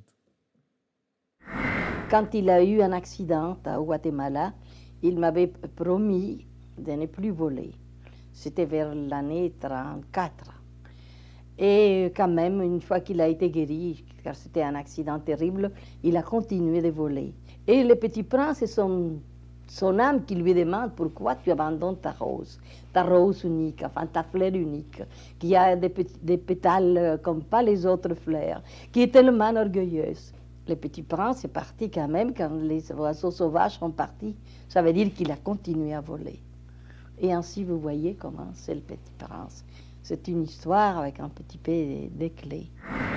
Quand il a eu un accident au Guatemala, il m'avait promis de ne plus voler. C'était vers l'année 1934. Et quand même, une fois qu'il a été guéri, car c'était un accident terrible, il a continué de voler. Et le petit prince, c'est son âme qui lui demande pourquoi tu abandonnes ta rose unique, enfin ta fleur unique, qui a des pétales comme pas les autres fleurs, qui est tellement orgueilleuse. Le petit prince est parti quand même quand les oiseaux sauvages sont partis. Ça veut dire qu'il a continué à voler. Et ainsi, vous voyez comment c'est le petit prince. C'est une histoire avec un petit peu de clés.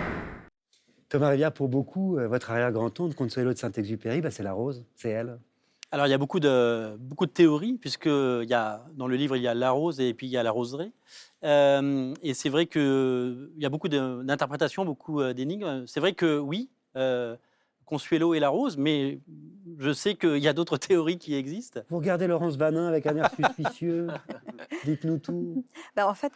Thomas Rivière, pour beaucoup, votre arrière-grand-tante, Consuelo de Saint-Exupéry, c'est la rose, c'est elle. Alors, il y a beaucoup de théories, puisque dans le livre, il y a la rose et puis il y a la roseraie. Et c'est vrai qu'il y a beaucoup d'interprétations, beaucoup d'énigmes. C'est vrai que oui, Consuelo et la rose, mais je sais qu'il y a d'autres théories qui existent. Vous regardez Laurence Banin avec un air suspicieux. Dites-nous tout. En fait,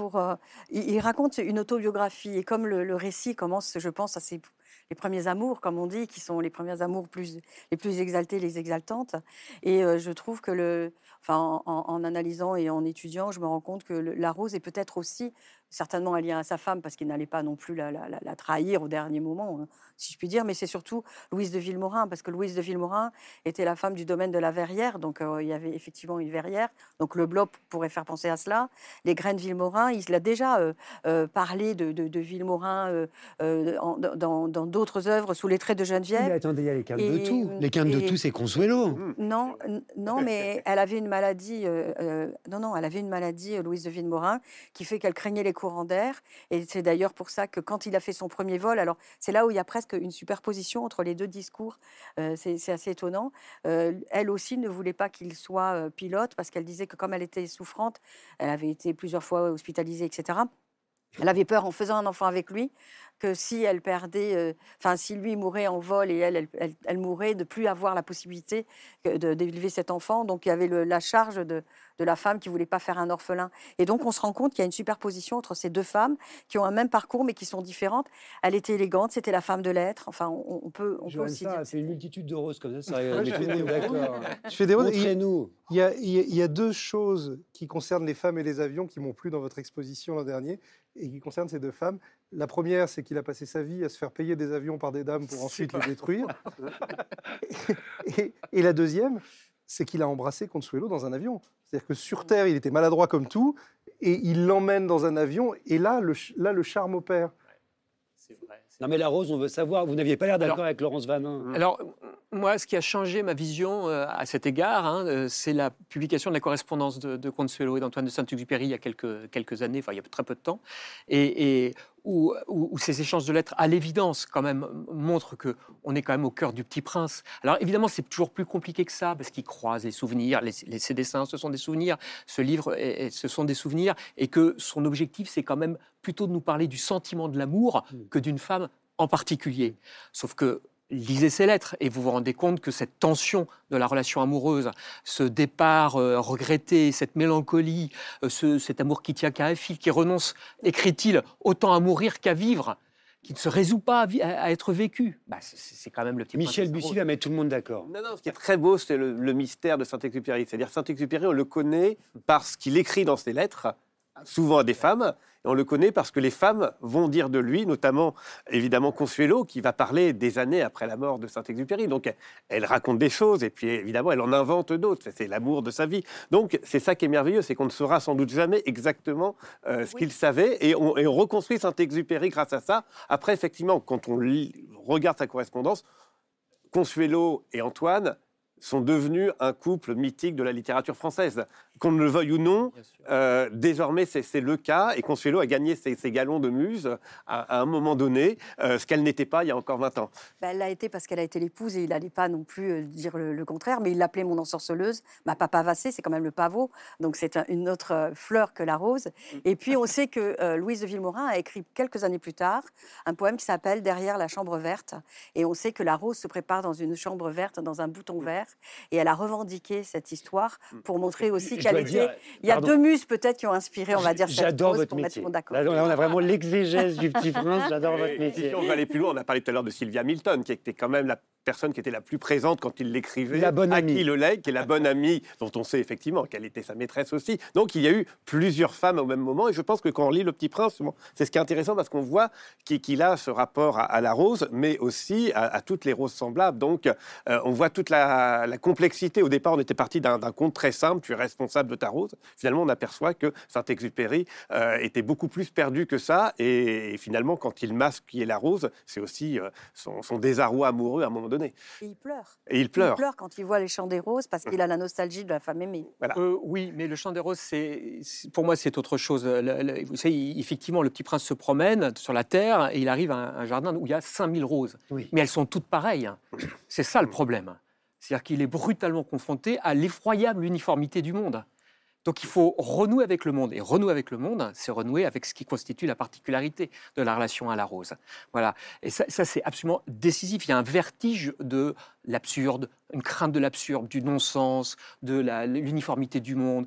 il raconte une autobiographie, et comme le récit commence, je pense, à les premiers amours, comme on dit, qui sont les premiers amours les plus exaltés, les exaltantes. Et je trouve que en analysant et en étudiant, je me rends compte que la rose est peut-être aussi certainement un lien à sa femme, parce qu'il n'allait pas non plus la trahir au dernier moment, hein, si je puis dire, mais c'est surtout Louise de Villemorin, parce que Louise de Villemorin était la femme du domaine de la Verrière, donc il y avait effectivement une verrière, donc le blob pourrait faire penser à cela. Les graines Villemorin, il a déjà parlé de Villemorin dans d'autres œuvres, sous les traits de Geneviève. Mais attendez, il y a les quintes de tout. Les quintes de tout, c'est Consuelo. Non, mais elle avait une maladie, elle avait une maladie, Louise de Villemorin, qui fait qu'elle craignait les courants d'air, et c'est d'ailleurs pour ça que quand il a fait son premier vol, alors c'est là où il y a presque une superposition entre les deux discours, c'est assez étonnant. Elle aussi ne voulait pas qu'il soit pilote, parce qu'elle disait que comme elle était souffrante, elle avait été plusieurs fois hospitalisée, etc. Elle avait peur, en faisant un enfant avec lui, que si elle perdait, si lui mourait en vol et elle mourrait, de plus avoir la possibilité d'élever cet enfant. Donc il y avait la charge de la femme qui voulait pas faire un orphelin. Et donc on se rend compte qu'il y a une superposition entre ces deux femmes qui ont un même parcours mais qui sont différentes. Elle était élégante, c'était la femme de lettres. Enfin, on peut aussi dire. C'est une multitude de roses comme ça. Je fais des roses. Il y a deux choses qui concernent les femmes et les avions qui m'ont plu dans votre exposition l'an dernier et qui concernent ces deux femmes. La première, c'est qu'il a passé sa vie à se faire payer des avions par des dames pour ensuite les détruire. Et la deuxième, c'est qu'il a embrassé Consuelo dans un avion. C'est-à-dire que sur Terre, il était maladroit comme tout, et il l'emmène dans un avion, et là, le charme opère. C'est vrai. Non mais la rose, on veut savoir. Vous n'aviez pas l'air d'accord Alors- avec Laurence Vanin. Alors, moi, ce qui a changé ma vision à cet égard, c'est la publication de la correspondance de Consuelo et d'Antoine de Saint-Exupéry il y a quelques années, enfin il y a très peu de temps, et où ces échanges de lettres, à l'évidence, quand même, montrent qu'on est quand même au cœur du Petit Prince. Alors évidemment, c'est toujours plus compliqué que ça, parce qu'il croise les souvenirs, ces dessins, ce sont des souvenirs, ce livre, ce sont des souvenirs, et que son objectif, c'est quand même plutôt de nous parler du sentiment de l'amour que d'une femme en particulier. Sauf que lisez ces lettres et vous vous rendez compte que cette tension de la relation amoureuse, ce départ regretté, cette mélancolie, cet amour qui tient qu'à un fil, qui renonce, écrit-il, autant à mourir qu'à vivre, qui ne se résout pas à être vécu, c'est quand même le Petit Prince. Michel Bussy va mettre tout le monde d'accord. Non, ce qui est très beau, c'est le mystère de Saint-Exupéry. C'est-à-dire Saint-Exupéry, on le connaît parce qu'il écrit dans ses lettres, souvent à des femmes, et on le connaît parce que les femmes vont dire de lui, notamment, évidemment, Consuelo, qui va parler des années après la mort de Saint-Exupéry. Donc, elle raconte des choses, et puis, évidemment, elle en invente d'autres. C'est l'amour de sa vie. Donc, c'est ça qui est merveilleux, c'est qu'on ne saura sans doute jamais exactement ce qu'il savait, et on reconstruit Saint-Exupéry grâce à ça. Après, effectivement, quand on regarde sa correspondance, Consuelo et Antoine sont devenus un couple mythique de la littérature française. Qu'on ne le veuille ou non, désormais c'est le cas, et Consuelo a gagné ses galons de muse à un moment donné, ce qu'elle n'était pas il y a encore 20 ans. Elle l'a été parce qu'elle a été l'épouse, et il n'allait pas non plus dire le contraire, mais il l'appelait mon ensorceleuse, ma papavacée, c'est quand même le pavot, donc c'est une autre fleur que la rose. Et puis on sait que Louise de Villemorin a écrit quelques années plus tard un poème qui s'appelle Derrière la chambre verte, et on sait que la rose se prépare dans une chambre verte, dans un bouton vert, et elle a revendiqué cette histoire pour montrer aussi qu'elle était... Il y a deux muses peut-être qui ont inspiré, on va dire, cette J'adore rose votre pour mettre métier. tout le monde d'accord. Là, on a vraiment l'exégèse du Petit Prince. J'adore votre métier. Si on veut aller plus loin, on a parlé tout à l'heure de Sylvia Milton, qui était quand même la personne qui était la plus présente quand il l'écrivait. La bonne amie. Aki Le Lègue, qui est la bonne amie, dont on sait effectivement qu'elle était sa maîtresse aussi. Donc il y a eu plusieurs femmes au même moment, et je pense que quand on lit Le Petit Prince, c'est ce qui est intéressant, parce qu'on voit qu'il a ce rapport à la rose, mais aussi à toutes les roses semblables. Donc on voit toute la complexité. Au départ, on était parti d'un conte très simple, tu es responsable de ta rose. Finalement, on aperçoit que Saint-Exupéry était beaucoup plus perdu que ça, et finalement, quand il masque qui est la rose, c'est aussi son désarroi amoureux à un moment donné. Et il pleure. Et il pleure. Il pleure quand il voit les champs des roses parce qu'il a la nostalgie de la femme aimée. Voilà. Oui, mais le chant des roses, pour moi, c'est autre chose. Vous savez, effectivement, le Petit Prince se promène sur la terre et il arrive à un jardin où il y a 5000 roses. Oui. Mais elles sont toutes pareilles. C'est ça le problème. C'est-à-dire qu'il est brutalement confronté à l'effroyable uniformité du monde. Donc il faut renouer avec le monde. Et renouer avec le monde, c'est renouer avec ce qui constitue la particularité de la relation à la rose. Voilà. Et ça c'est absolument décisif. Il y a un vertige de l'absurde, une crainte de l'absurde, du non-sens, de l'uniformité du monde.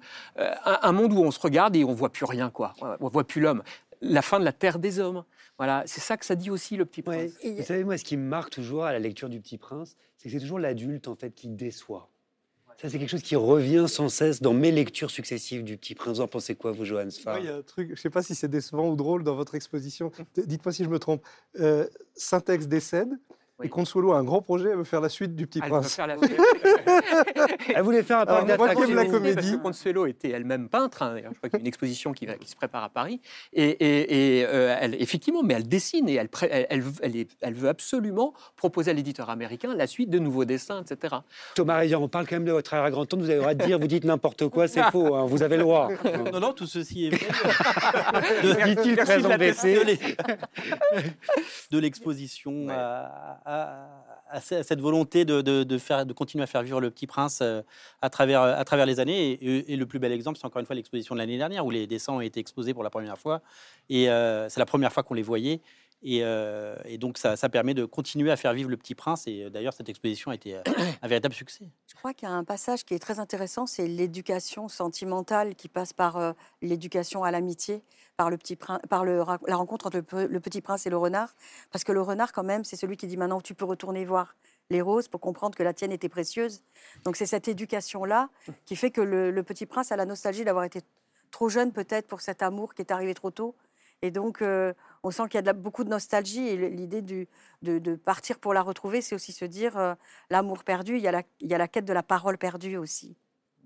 Un monde où on se regarde et on ne voit plus rien, quoi. On ne voit plus l'homme. La fin de la terre des hommes. Voilà, c'est ça que ça dit aussi, le Petit Prince. Ouais. Vous savez, moi, ce qui me marque toujours à la lecture du Petit Prince, c'est que c'est toujours l'adulte, en fait, qui déçoit. Ça, c'est quelque chose qui revient sans cesse dans mes lectures successives du Petit Prince. Vous en pensez quoi, vous, Johann Sfar? Il y a un truc, je ne sais pas si c'est décevant ou drôle dans votre exposition. Dites-moi si je me trompe. Syntex décède. Oui. Et Consuelo a un grand projet, elle veut faire la suite du Petit Prince. Elle voulait faire un parc d'attractions. la comédie. Parce que Consuelo était elle-même peintre. Je crois qu'il y a une exposition qui se prépare à Paris. Et elle, effectivement, mais elle dessine et elle veut absolument proposer à l'éditeur américain la suite de nouveaux dessins, etc. Thomas Rayan, on parle quand même de votre arrière grand-tante. Vous avez le droit de dire, vous dites n'importe quoi, c'est faux. Hein, vous avez le droit. Non, tout ceci est vrai. Dit-il très embêté. De l'exposition à cette volonté de continuer à faire vivre le Petit Prince à travers les années. Et le plus bel exemple, c'est encore une fois l'exposition de l'année dernière, où les dessins ont été exposés pour la première fois. Et c'est la première fois qu'on les voyait. Et donc, ça permet de continuer à faire vivre le Petit Prince. Et d'ailleurs, cette exposition a été un véritable succès. Je crois qu'il y a un passage qui est très intéressant, c'est l'éducation sentimentale qui passe par l'éducation à l'amitié, par la rencontre entre le Petit Prince et le renard. Parce que le renard, quand même, c'est celui qui dit maintenant tu peux retourner voir les roses pour comprendre que la tienne était précieuse. Donc c'est cette éducation-là qui fait que le Petit Prince a la nostalgie d'avoir été trop jeune peut-être pour cet amour qui est arrivé trop tôt. Et donc, on sent qu'il y a beaucoup de nostalgie. Et l'idée de partir pour la retrouver, c'est aussi se dire l'amour perdu. Il y a la quête de la parole perdue aussi.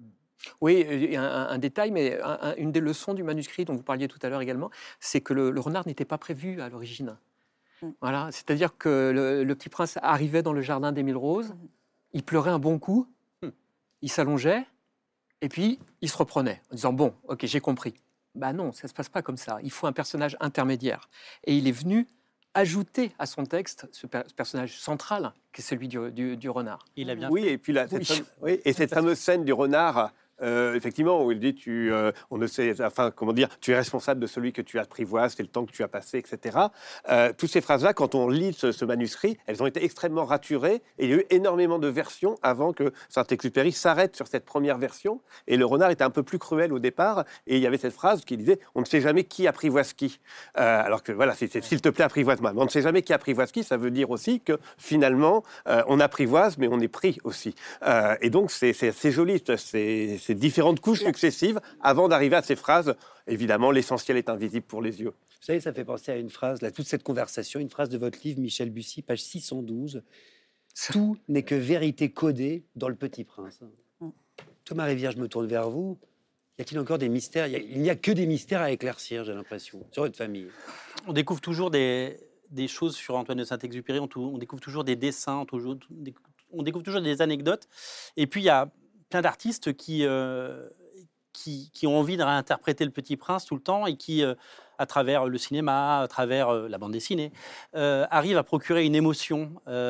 Oui, un détail, mais une des leçons du manuscrit dont vous parliez tout à l'heure également, c'est que le renard n'était pas prévu à l'origine. Voilà, c'est-à-dire que le petit prince arrivait dans le jardin des 1000 roses, il pleurait un bon coup, il s'allongeait, et puis il se reprenait en disant « Bon, ok, j'ai compris ». Ben non, ça ne se passe pas comme ça. Il faut un personnage intermédiaire. Et il est venu ajouter à son texte ce personnage central, qui est celui du renard. Il a bien Oui, fait. et puis cette fameuse scène du renard, effectivement, où il dit on ne sait, enfin, comment dire, tu es responsable de celui que tu apprivoises, c'est le temps que tu as passé, etc. Toutes ces phrases-là, quand on lit ce manuscrit, elles ont été extrêmement raturées, et il y a eu énormément de versions avant que Saint-Exupéry s'arrête sur cette première version. Et le renard était un peu plus cruel au départ, et il y avait cette phrase qui disait on ne sait jamais qui apprivoise qui. Alors que voilà, c'est s'il te plaît, apprivoise-moi. Mais on ne sait jamais qui apprivoise qui, ça veut dire aussi que finalement, on apprivoise, mais on est pris aussi. Et donc, c'est assez joli, ces différentes couches successives avant d'arriver à ces phrases. Évidemment, l'essentiel est invisible pour les yeux. Vous savez, ça fait penser à une phrase, là, toute cette conversation, une phrase de votre livre, Michel Bussy, page 612. Tout n'est que vérité codée dans Le Petit Prince. Thomas Rivière, je me tourne vers vous. Y a-t-il encore des mystères? Il n'y a que des mystères à éclaircir, j'ai l'impression, sur votre famille. On découvre toujours des choses sur Antoine de Saint-Exupéry, on découvre toujours des dessins, on découvre toujours des anecdotes. Et puis, il y a plein d'artistes qui ont envie de réinterpréter Le Petit Prince tout le temps et qui, à travers le cinéma, à travers la bande dessinée, arrivent à procurer une émotion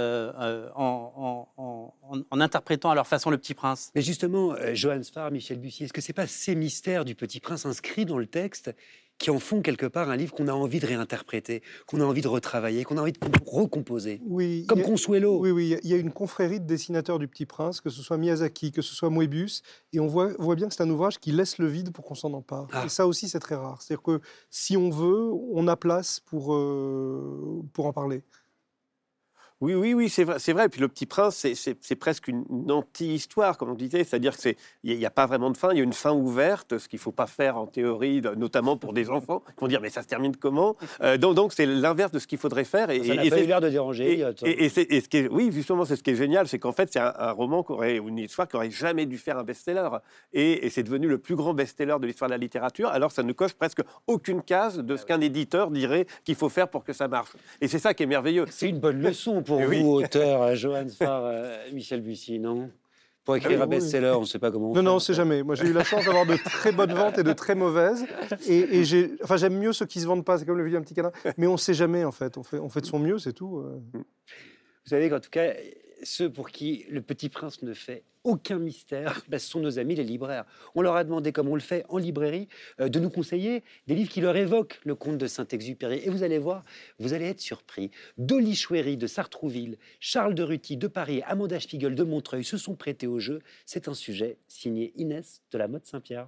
en interprétant à leur façon Le Petit Prince. Mais justement, Johann Sfar, Michel Bussy, est-ce que c'est pas ces mystères du Petit Prince inscrits dans le texte qui en font quelque part un livre qu'on a envie de réinterpréter, qu'on a envie de retravailler, qu'on a envie de recomposer? Oui, comme Consuelo. Oui, il y a une confrérie de dessinateurs du Petit Prince, que ce soit Miyazaki, que ce soit Moebius, et on voit bien que c'est un ouvrage qui laisse le vide pour qu'on s'en empare. Et ça aussi, c'est très rare. C'est-à-dire que si on veut, on a place pour en parler. Oui, c'est vrai. Et puis Le Petit Prince, c'est presque une anti-histoire, comme on disait. C'est-à-dire qu'il n'y a pas vraiment de fin. Il y a une fin ouverte, ce qu'il ne faut pas faire en théorie, notamment pour des enfants. Ils vont dire, mais ça se termine comment? Donc, c'est l'inverse de ce qu'il faudrait faire. Ça n'a pas eu l'air de déranger. Oui, justement, c'est ce qui est génial. C'est qu'en fait, c'est un roman ou une histoire qui n'aurait jamais dû faire un best-seller. Et c'est devenu le plus grand best-seller de l'histoire de la littérature. Alors, ça ne coche presque aucune case de ce qu'un éditeur dirait qu'il faut faire pour que ça marche. Et c'est ça qui est merveilleux. C'est une bonne leçon pour vous, auteur, Johann Sfar, Michel Bussy, non? Pour écrire un best-seller, on ne sait pas comment on fait. Non, on ne sait jamais. Moi, j'ai eu la chance d'avoir de très bonnes ventes et de très mauvaises. Et j'aime mieux ceux qui ne se vendent pas, c'est comme le vieux petit canard. Mais on ne sait jamais, en fait. On fait de son mieux, c'est tout. Vous savez qu'en tout cas, ceux pour qui Le Petit Prince ne fait aucun mystère, ce sont nos amis les libraires. On leur a demandé, comme on le fait en librairie, de nous conseiller des livres qui leur évoquent le conte de Saint-Exupéry. Et vous allez voir, vous allez être surpris. Dolly Chouery de Sartrouville, Charles de Ruty de Paris et Amanda Spiegel de Montreuil se sont prêtés au jeu. C'est un sujet signé Inès de la Motte Saint-Pierre.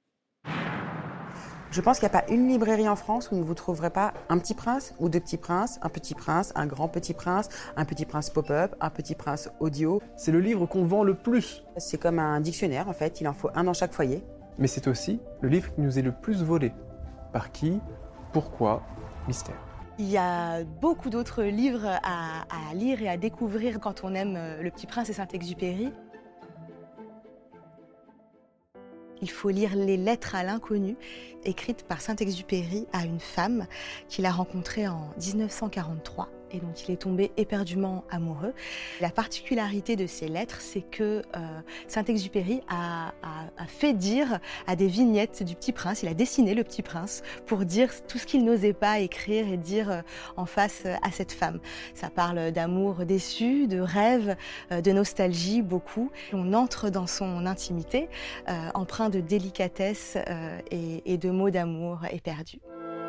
Je pense qu'il n'y a pas une librairie en France où vous ne trouverez pas un petit prince ou deux petits princes, un grand petit prince, un petit prince pop-up, un petit prince audio. C'est le livre qu'on vend le plus. C'est comme un dictionnaire en fait, il en faut un dans chaque foyer. Mais c'est aussi le livre qui nous est le plus volé. Par qui? Pourquoi? Mystère. Il y a beaucoup d'autres livres à lire et à découvrir quand on aime Le Petit Prince et Saint-Exupéry. Il faut lire Les Lettres à l'inconnu, écrites par Saint-Exupéry à une femme qu'il a rencontrée en 1943 et dont il est tombé éperdument amoureux. La particularité de ces lettres, c'est que Saint-Exupéry a fait dire à des vignettes du Petit Prince, il a dessiné le Petit Prince pour dire tout ce qu'il n'osait pas écrire et dire en face à cette femme. Ça parle d'amour déçu, de rêve, de nostalgie, beaucoup. On entre dans son intimité, empreint de délicatesse et de mots d'amour éperdus.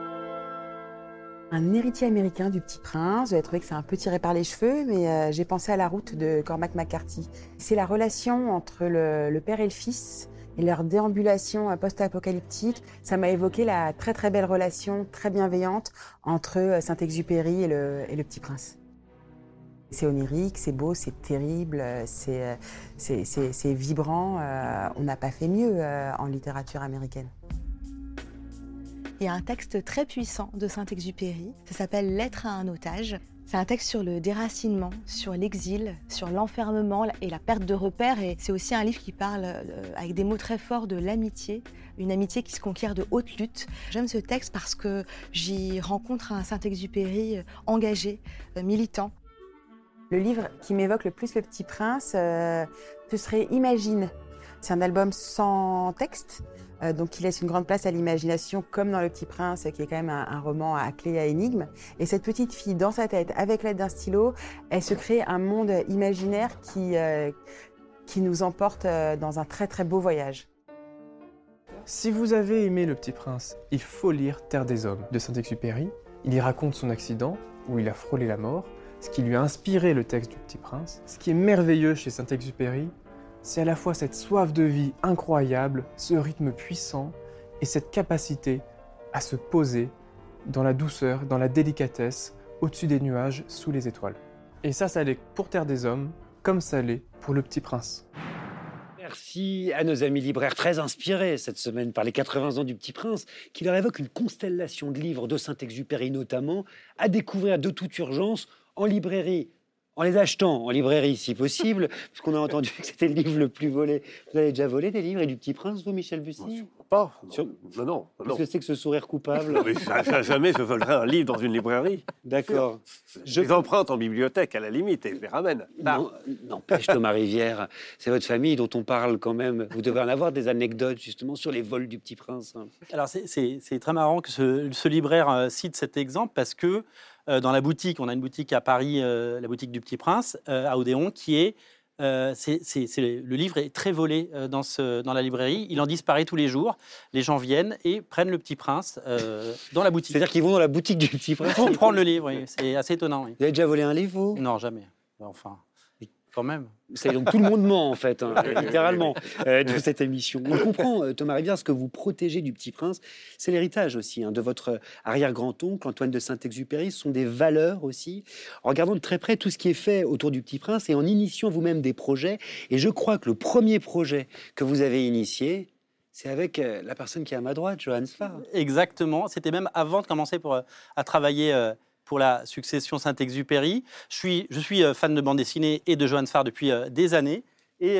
Un héritier américain du Petit Prince, vous allez trouver que c'est un peu tiré par les cheveux, mais j'ai pensé à La Route de Cormac McCarthy. C'est la relation entre le père et le fils et leur déambulation post-apocalyptique. Ça m'a évoqué la très très belle relation, très bienveillante entre Saint-Exupéry et le Petit Prince. C'est onirique, c'est beau, c'est terrible, c'est vibrant. On n'a pas fait mieux en littérature américaine. Il y a un texte très puissant de Saint-Exupéry, ça s'appelle « Lettre à un otage ». C'est un texte sur le déracinement, sur l'exil, sur l'enfermement et la perte de repères. Et c'est aussi un livre qui parle avec des mots très forts de l'amitié, une amitié qui se conquiert de haute lutte. J'aime ce texte parce que j'y rencontre un Saint-Exupéry engagé, militant. Le livre qui m'évoque le plus Le Petit Prince, ce serait Imagine. C'est un album sans texte, donc qui laisse une grande place à l'imagination, comme dans Le Petit Prince, qui est quand même un roman à clé et à énigme. Et cette petite fille, dans sa tête, avec l'aide d'un stylo, elle se crée un monde imaginaire qui nous emporte dans un très très beau voyage. Si vous avez aimé Le Petit Prince, il faut lire Terre des Hommes de Saint-Exupéry. Il y raconte son accident, où il a frôlé la mort, ce qui lui a inspiré le texte du Petit Prince. Ce qui est merveilleux chez Saint-Exupéry, c'est à la fois cette soif de vie incroyable, ce rythme puissant et cette capacité à se poser dans la douceur, dans la délicatesse, au-dessus des nuages, sous les étoiles. Et ça l'est pour Terre des Hommes, comme ça l'est pour Le Petit Prince. Merci à nos amis libraires très inspirés cette semaine par les 80 ans du Petit Prince, qui leur évoquent une constellation de livres de Saint-Exupéry notamment, à découvrir de toute urgence en librairie. En les achetant en librairie, si possible, parce qu'on a entendu que c'était le livre le plus volé. Vous avez déjà volé des livres et du Petit Prince, vous, Michel Bussy? Pas. Non. Qu'est-ce que c'est que ce sourire coupable? Non, mais jamais je volerai un livre dans une librairie. D'accord. Je les emprunte en bibliothèque, à la limite, et je les ramène. N'empêche, Thomas Rivière, c'est votre famille dont on parle quand même. Vous devez en avoir des anecdotes, justement, sur les vols du Petit Prince. Alors, c'est très marrant que ce libraire cite cet exemple, parce que dans la boutique, on a une boutique à Paris, la boutique du Petit Prince, à Odéon, qui est... le livre est très volé dans la librairie. Il en disparaît tous les jours. Les gens viennent et prennent Le Petit Prince dans la boutique. C'est-à-dire qu'ils vont dans la boutique du Petit Prince pour prendre le livre, oui. C'est assez étonnant. Oui. Vous avez déjà volé un livre, vous? Non, jamais. Enfin, quand même. C'est donc tout le monde ment, en fait, littéralement, de cette émission. On comprend, Thomas Rivière, ce que vous protégez du Petit Prince, c'est l'héritage aussi de votre arrière-grand-oncle, Antoine de Saint-Exupéry. Ce sont des valeurs aussi. En regardant de très près tout ce qui est fait autour du Petit Prince et en initiant vous-même des projets. Et je crois que le premier projet que vous avez initié, c'est avec la personne qui est à ma droite, Johann Sfar. Exactement. C'était même avant de commencer à travailler... pour la succession Saint-Exupéry. Je suis fan de bande dessinée et de Johann Sfar depuis des années. Et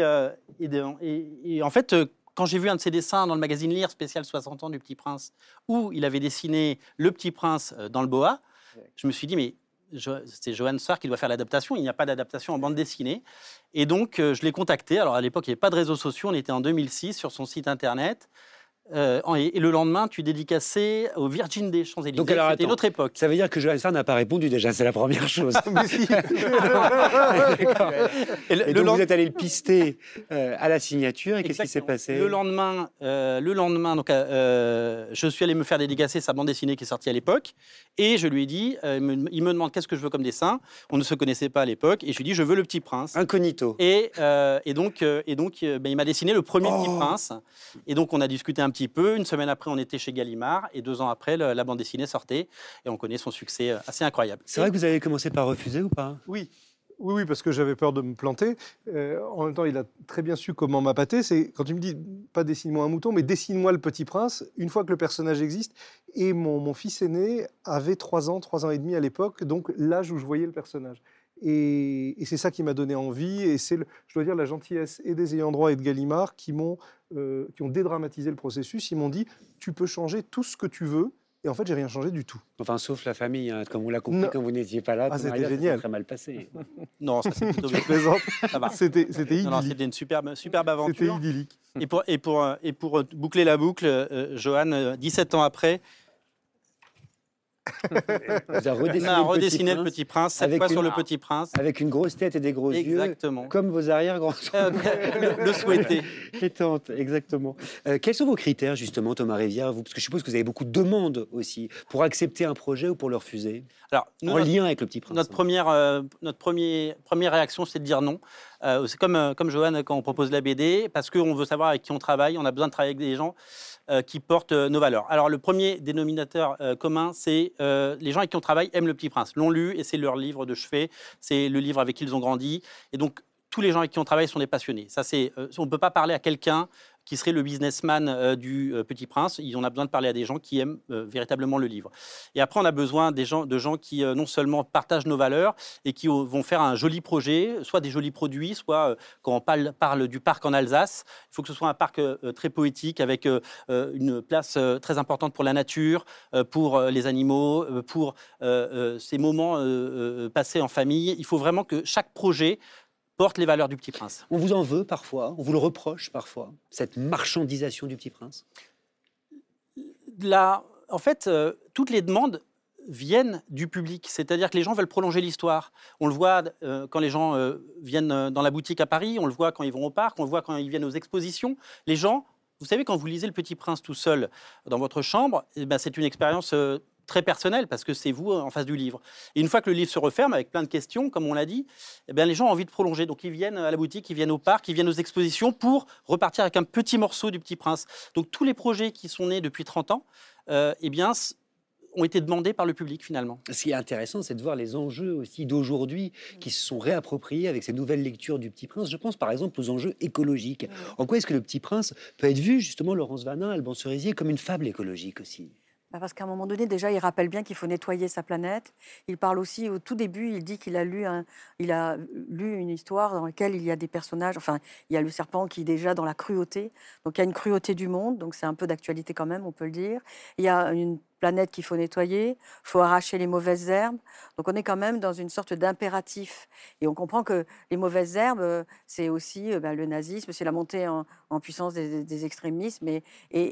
en fait, quand j'ai vu un de ses dessins dans le magazine Lire, spécial 60 ans du Petit Prince, où il avait dessiné le Petit Prince dans le boa, je me suis dit, mais c'est Johann Sfar qui doit faire l'adaptation. Il n'y a pas d'adaptation en bande dessinée. Et donc, je l'ai contacté. Alors, à l'époque, il n'y avait pas de réseaux sociaux. On était en 2006 sur son site internet. Et le lendemain, tu dédicaçais au Virgin des Champs-Élysées. C'était une autre époque. Ça veut dire que Johann Sfar n'a pas répondu déjà, c'est la première chose. Mais si. Et donc vous êtes allé le pister à la signature, et qu'est-ce qui s'est passé? Le lendemain, donc, je suis allé me faire dédicacer sa bande dessinée qui est sortie à l'époque, et je lui ai dit, il me demande qu'est-ce que je veux comme dessin. On ne se connaissait pas à l'époque, et je lui ai dit, je veux Le Petit Prince. Incognito. Et donc, il m'a dessiné le premier Petit Prince, et donc on a discuté un petit peu. Une semaine après, on était chez Gallimard, et 2 ans après, la bande dessinée sortait, et on connaît son succès assez incroyable. C'est vrai que vous avez commencé par refuser ou pas? Oui, parce que j'avais peur de me planter. En même temps, il a très bien su comment m'appâter. C'est quand il me dit, pas dessine-moi un mouton, mais dessine-moi le Petit Prince, une fois que le personnage existe. Et mon fils aîné avait 3 ans et demi à l'époque, donc l'âge où je voyais le personnage. Et c'est ça qui m'a donné envie, et c'est, je dois dire, la gentillesse et des ayants droit et de Gallimard qui ont dédramatisé le processus. Ils m'ont dit, tu peux changer tout ce que tu veux, et en fait, j'ai rien changé du tout. Enfin, sauf la famille, comme on l'a compris quand vous n'étiez pas là. C'était génial. Ça très mal passé. Non, ça s'est plutôt bien. Ça va. C'était idyllique. Non, c'était une superbe aventure. C'était idyllique. Et pour boucler la boucle, Johann, 17 ans après, Vous avez redessiné le Petit Prince, cette fois sur le Petit Prince. Avec une grosse tête et des gros exactement. Yeux, comme vos arrière-grands-parents. Le souhaitaient. Les tantes, exactement. Quels sont vos critères, justement, Thomas Rivière, parce que je suppose que vous avez beaucoup de demandes aussi, pour accepter un projet ou pour le refuser? Alors, en lien avec le Petit Prince. Notre première réaction, c'est de dire non. C'est comme Johann quand on propose la BD, parce qu'on veut savoir avec qui on travaille, on a besoin de travailler avec des gens qui portent nos valeurs. Alors, le premier dénominateur commun, c'est les gens avec qui on travaille aiment le Petit Prince, l'ont lu, et c'est leur livre de chevet, c'est le livre avec qui ils ont grandi. Et donc, tous les gens avec qui on travaille sont des passionnés. Ça, on ne peut pas parler à quelqu'un qui serait le businessman du Petit Prince. On a besoin de parler à des gens qui aiment véritablement le livre. Et après, on a besoin de gens qui non seulement partagent nos valeurs et qui vont faire un joli projet, soit des jolis produits, soit quand on parle du parc en Alsace, il faut que ce soit un parc très poétique avec une place très importante pour la nature, pour les animaux, pour ces moments passés en famille. Il faut vraiment que chaque projet porte les valeurs du Petit Prince. On vous en veut parfois, on vous le reproche parfois, cette marchandisation du Petit Prince? Là, en fait, toutes les demandes viennent du public, c'est-à-dire que les gens veulent prolonger l'histoire. On le voit quand les gens viennent dans la boutique à Paris, on le voit quand ils vont au parc, on le voit quand ils viennent aux expositions. Les gens, vous savez, quand vous lisez Le Petit Prince tout seul dans votre chambre, eh ben, c'est une expérience très personnelle parce que c'est vous en face du livre. Et une fois que le livre se referme avec plein de questions, comme on l'a dit, eh bien, les gens ont envie de prolonger. Donc ils viennent à la boutique, ils viennent au parc, ils viennent aux expositions pour repartir avec un petit morceau du Petit Prince. Donc tous les projets qui sont nés depuis 30 ans, eh bien, ont été demandés par le public finalement. Ce qui est intéressant, c'est de voir les enjeux aussi d'aujourd'hui qui se sont réappropriés avec ces nouvelles lectures du Petit Prince. Je pense par exemple aux enjeux écologiques. En quoi est-ce que le Petit Prince peut être vu, justement, Laurence Vanin, Alban Cerisier, comme une fable écologique aussi? Parce qu'à un moment donné, déjà, il rappelle bien qu'il faut nettoyer sa planète. Il parle aussi, au tout début, il dit qu'il a lu une histoire dans laquelle il y a des personnages, enfin, il y a le serpent qui est déjà dans la cruauté. Donc, il y a une cruauté du monde, donc c'est un peu d'actualité quand même, on peut le dire. Il y a une planète qu'il faut nettoyer, il faut arracher les mauvaises herbes. Donc on est quand même dans une sorte d'impératif. Et on comprend que les mauvaises herbes, c'est aussi le nazisme, c'est la montée en puissance des extrémismes. Et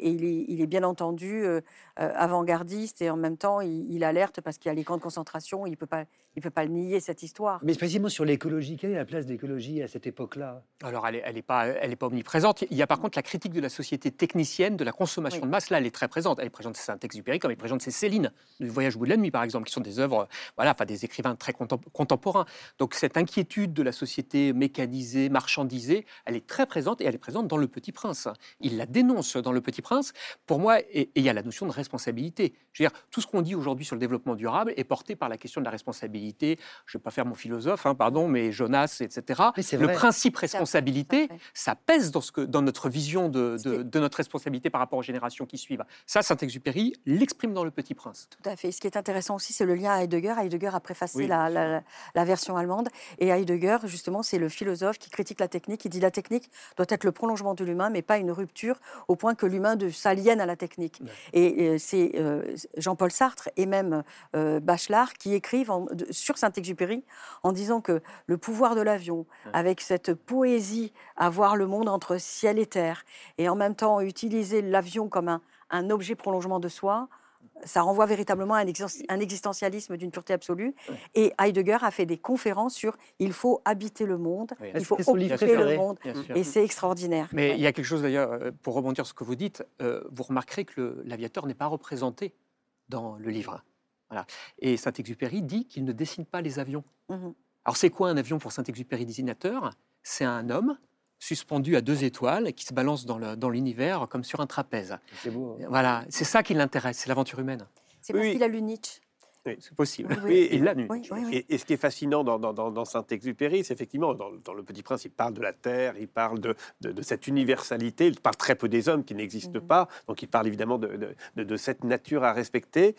il est bien entendu avant-gardiste et en même temps, il alerte parce qu'il y a les camps de concentration, il ne peut pas le nier, cette histoire. Mais précisément sur l'écologie, quelle est la place de l'écologie à cette époque-là? Alors, elle n'est pas omniprésente. Il y a par contre la critique de la société technicienne, de la consommation de masse. Là, elle est très présente. Elle est présente chez Saint-Exupéry, comme elle est présente chez Céline, du Voyage au bout de la nuit, par exemple, qui sont des œuvres, des écrivains très contemporains. Donc, cette inquiétude de la société mécanisée, marchandisée, elle est très présente et elle est présente dans Le Petit Prince. Il la dénonce dans Le Petit Prince. Pour moi, et il y a la notion de responsabilité. Je veux dire, tout ce qu'on dit aujourd'hui sur le développement durable est porté par la question de la responsabilité. Je ne vais pas faire mon philosophe, mais Jonas, etc. Le principe responsabilité, ça pèse dans notre vision de notre responsabilité par rapport aux générations qui suivent. Ça, Saint-Exupéry l'exprime dans Le Petit Prince. Tout à fait. Ce qui est intéressant aussi, c'est le lien à Heidegger. Heidegger a préfacé la version allemande. Et Heidegger, justement, c'est le philosophe qui critique la technique. Il dit la technique doit être le prolongement de l'humain, mais pas une rupture au point que l'humain s'aliène à la technique. Et c'est Jean-Paul Sartre et même Bachelard qui écrivent sur Saint-Exupéry en disant que le pouvoir de l'avion, avec cette poésie à voir le monde entre ciel et terre, et en même temps utiliser l'avion comme un objet prolongement de soi, ça renvoie véritablement à un existentialisme d'une pureté absolue. Et Heidegger a fait des conférences sur « il faut habiter le monde, il faut occuper le monde ». Et c'est extraordinaire. Mais il y a quelque chose d'ailleurs, pour rebondir sur ce que vous dites, vous remarquerez que l'aviateur n'est pas représenté dans le livre. Voilà. Et Saint-Exupéry dit qu'il ne dessine pas les avions. Alors c'est quoi un avion pour Saint-Exupéry dessinateur? C'est un homme suspendu à 2 étoiles qui se balance dans l'univers comme sur un trapèze. C'est beau. Voilà, c'est ça qui l'intéresse, c'est l'aventure humaine. C'est parce qu'il a lu Nietzsche. Oui, c'est possible. Oui, il l'a lu. Et ce qui est fascinant dans Saint-Exupéry, c'est effectivement, dans Le Petit Prince, il parle de la terre, il parle de cette universalité, il parle très peu des hommes qui n'existent pas, donc il parle évidemment de cette nature à respecter.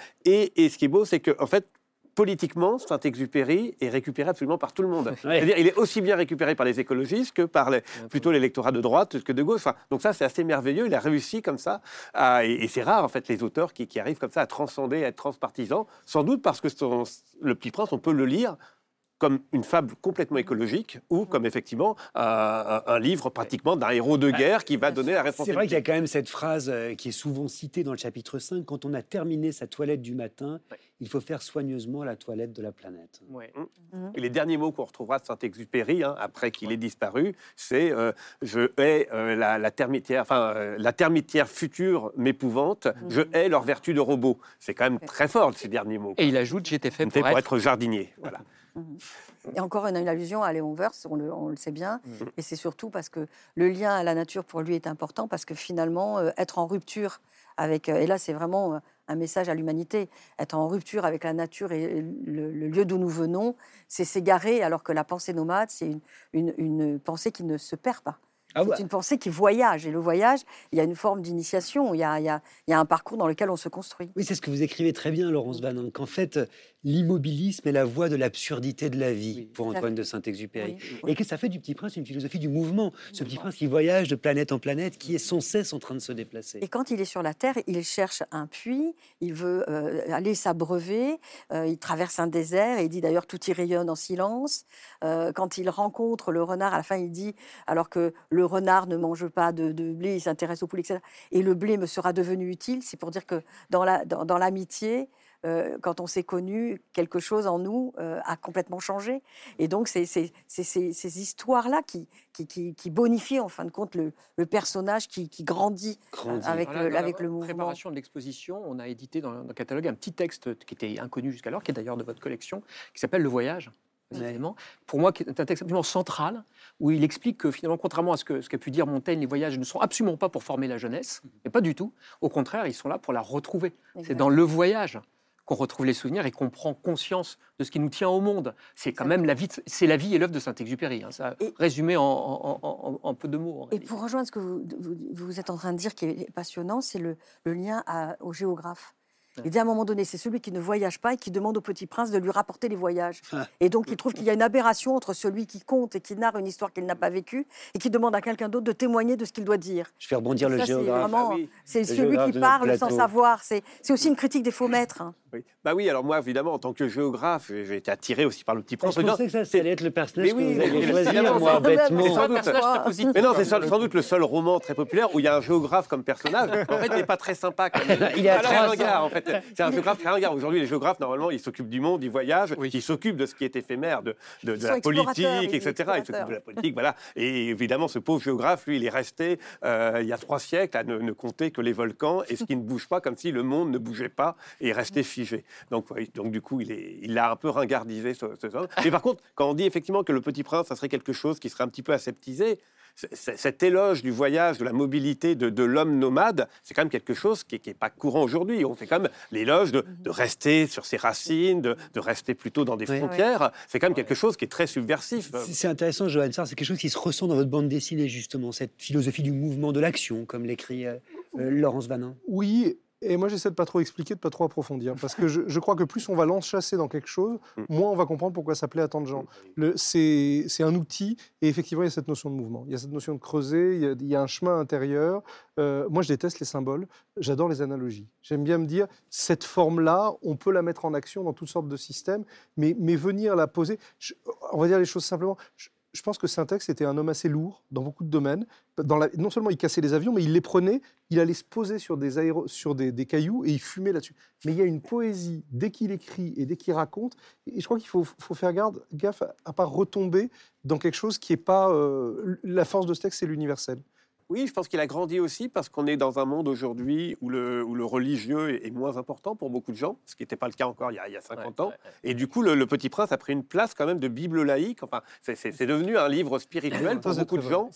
Et ce qui est beau, c'est qu'en fait, politiquement, Saint-Exupéry est récupéré absolument par tout le monde. C'est-à-dire, il est aussi bien récupéré par les écologistes que par plutôt l'électorat de droite que de gauche. Enfin, donc ça, c'est assez merveilleux. Il a réussi comme ça. Et c'est rare, en fait, les auteurs qui arrivent comme ça à transcender, à être transpartisans. Sans doute parce que Le Petit Prince, on peut le lire comme une fable complètement écologique ou comme effectivement un livre pratiquement d'un héros de guerre qui va donner la responsabilité. C'est vrai qu'il y a quand même cette phrase qui est souvent citée dans le chapitre 5, quand on a terminé sa toilette du matin, il faut faire soigneusement la toilette de la planète. Et les derniers mots qu'on retrouvera de Saint-Exupéry, après qu'il ait disparu, c'est je hais la termitière future m'épouvante, je hais leur vertu de robot. C'est quand même très fort, ces derniers mots. Et il ajoute, j'étais fait pour être jardinier. Voilà. Et encore une allusion à Léon Werth, on le sait bien, et c'est surtout parce que le lien à la nature pour lui est important, parce que finalement, être en rupture avec, et là c'est vraiment un message à l'humanité, être en rupture avec la nature et le lieu d'où nous venons, c'est s'égarer, alors que la pensée nomade, c'est une pensée qui ne se perd pas. Ah ouais. C'est une pensée qui voyage. Et le voyage, il y a une forme d'initiation, il y a un parcours dans lequel on se construit. Oui, c'est ce que vous écrivez très bien, Laurence Van, qu'en fait, l'immobilisme est la voie de l'absurdité de la vie, pour Antoine de Saint-Exupéry. Et que ça fait du Petit Prince une philosophie du mouvement. Ce Petit Prince qui voyage de planète en planète, qui est sans cesse en train de se déplacer. Et quand il est sur la Terre, il cherche un puits, il veut aller s'abreuver, il traverse un désert, et il dit d'ailleurs tout y rayonne en silence. Quand il rencontre le renard, à la fin il dit, alors que le renard ne mange pas de blé, il s'intéresse au poulet, etc. Et le blé me sera devenu utile, c'est pour dire que dans l'amitié, quand on s'est connu, quelque chose en nous a complètement changé. Et donc, c'est ces histoires-là qui bonifient, en fin de compte, le personnage qui grandit avec le mouvement. Préparation de l'exposition, on a édité dans le catalogue un petit texte qui était inconnu jusqu'alors, qui est d'ailleurs de votre collection, qui s'appelle « Le voyage ». Pour moi, qui est un texte absolument central, où il explique que finalement, contrairement à ce qu'a pu dire Montaigne, les voyages ne sont absolument pas pour former la jeunesse, mais pas du tout. Au contraire, ils sont là pour la retrouver. Exactement. C'est dans le voyage qu'on retrouve les souvenirs et qu'on prend conscience de ce qui nous tient au monde. C'est quand même la vie et l'œuvre de Saint-Exupéry. Ça résumé en peu de mots. Et pour rejoindre ce que vous êtes en train de dire, qui est passionnant, c'est le lien au géographe. Il dit à un moment donné, c'est celui qui ne voyage pas et qui demande au Petit Prince de lui rapporter les voyages. Et donc, il trouve qu'il y a une aberration entre celui qui compte et qui narre une histoire qu'il n'a pas vécue et qui demande à quelqu'un d'autre de témoigner de ce qu'il doit dire. Je fais rebondir le géographe. C'est celui qui parle sans savoir. C'est aussi une critique des faux maîtres. Hein. Oui. Bah oui, alors moi, évidemment, en tant que géographe, j'ai été attiré aussi par le Petit Prince. Je pensais que ça allait être le personnage que vous alliez choisir, moi, moi, bêtement. Mais non, c'est sans doute le seul roman très populaire où il y a un géographe comme personnage. En fait, il n'est pas très sympa. Quand même. Il est à très ringard, en fait. C'est un géographe très ringard. Aujourd'hui, les géographes, normalement, ils s'occupent du monde, ils voyagent, ils s'occupent de ce qui est éphémère, de la politique, etc. Ils s'occupent de la politique, voilà. Et évidemment, ce pauvre géographe, lui, il est resté, il y a 3 siècles, à ne compter que les volcans et ce qui ne bouge pas, comme si le monde ne bougeait pas et est resté figé. Donc du coup, il l'a un peu ringardisé, ce homme. Mais par contre, quand on dit effectivement que le Petit Prince, ça serait quelque chose qui serait un petit peu aseptisé, cet éloge du voyage, de la mobilité de l'homme nomade, c'est quand même quelque chose qui n'est pas courant aujourd'hui. On fait quand même l'éloge de rester sur ses racines, de rester plutôt dans des frontières. C'est quand même quelque chose qui est très subversif. C'est intéressant, Johan Sarr, c'est quelque chose qui se ressent dans votre bande dessinée, justement, cette philosophie du mouvement de l'action, comme l'écrit Laurence Van. Oui. Et moi, j'essaie de pas trop expliquer, de pas trop approfondir, parce que je crois que plus on va l'enchasser dans quelque chose, moins on va comprendre pourquoi ça plaît à tant de gens. C'est un outil, et effectivement, il y a cette notion de mouvement, il y a cette notion de creuser, il y a un chemin intérieur. Moi, je déteste les symboles, j'adore les analogies. J'aime bien me dire, cette forme-là, on peut la mettre en action dans toutes sortes de systèmes, mais venir la poser, on va dire les choses simplement. Je pense que Syntex était un homme assez lourd dans beaucoup de domaines. Non seulement il cassait les avions, mais il les prenait, il allait se poser sur des cailloux et il fumait là-dessus. Mais il y a une poésie dès qu'il écrit et dès qu'il raconte. Et je crois qu'il faut faire gaffe à ne pas retomber dans quelque chose qui n'est pas... la force de ce texte, c'est l'universel. Oui, je pense qu'il a grandi aussi parce qu'on est dans un monde aujourd'hui où le religieux est moins important pour beaucoup de gens, ce qui n'était pas le cas encore il y a 50 ans. Et du coup, le Petit Prince a pris une place quand même de Bible laïque. Enfin, c'est devenu un livre spirituel pour beaucoup de gens.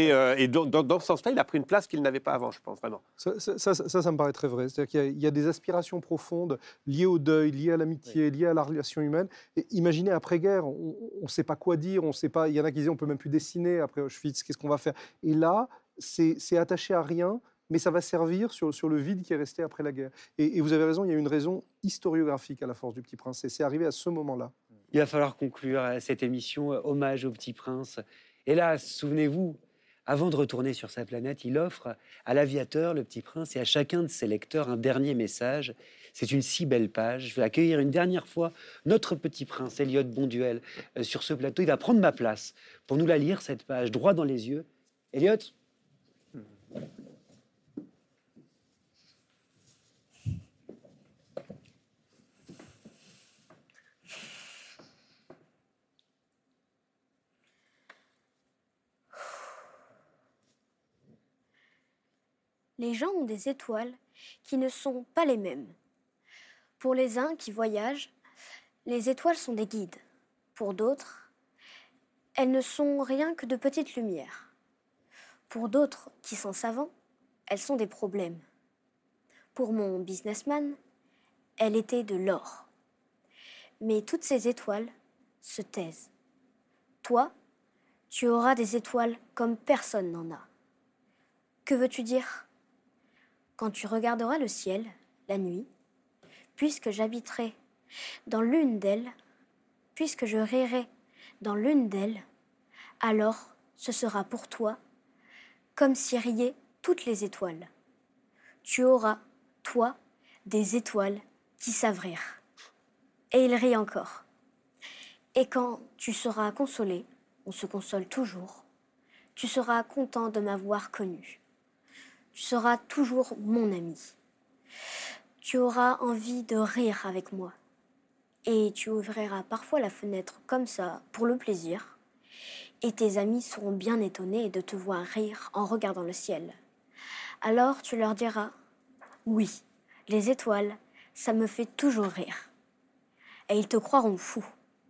Et dans ce sens-là, il a pris une place qu'il n'avait pas avant, je pense, vraiment. Ça me paraît très vrai. C'est-à-dire qu'il y a des aspirations profondes liées au deuil, liées à l'amitié, liées à la relation humaine. Et imaginez, après-guerre, on ne sait pas quoi dire, on sait pas. Il y en a qui disaient on ne peut même plus dessiner après Auschwitz, qu'est-ce qu'on va faire? Et là, c'est attaché à rien, mais ça va servir sur le vide qui est resté après la guerre. Et vous avez raison, il y a une raison historiographique à la force du Petit Prince, et c'est arrivé à ce moment-là. Il va falloir conclure cette émission hommage au Petit Prince. Hélas, souvenez-vous, avant de retourner sur sa planète, il offre à l'aviateur, le Petit Prince, et à chacun de ses lecteurs un dernier message. C'est une si belle page. Je vais accueillir une dernière fois notre Petit Prince, Elliot Bonduel, sur ce plateau. Il va prendre ma place pour nous la lire, cette page, droit dans les yeux. Elliot ? Les gens ont des étoiles qui ne sont pas les mêmes. Pour les uns qui voyagent, les étoiles sont des guides. Pour d'autres, elles ne sont rien que de petites lumières. Pour d'autres qui sont savants, elles sont des problèmes. Pour mon businessman, elle était de l'or. Mais toutes ces étoiles se taisent. Toi, Tu auras des étoiles comme personne n'en a. Que veux-tu dire? Quand tu regarderas le ciel, la nuit, puisque j'habiterai dans l'une d'elles, puisque je rirai dans l'une d'elles, alors ce sera pour toi comme si riaient toutes les étoiles. Tu auras, toi, des étoiles qui savent rire. Et il rit encore. Et quand tu seras consolé, on se console toujours, tu seras content de m'avoir connu. Tu seras toujours mon ami. Tu auras envie de rire avec moi. Et tu ouvriras parfois la fenêtre comme ça, pour le plaisir. Et tes amis seront bien étonnés de te voir rire en regardant le ciel. Alors tu leur diras, oui, les étoiles, ça me fait toujours rire. Et ils te croiront fou.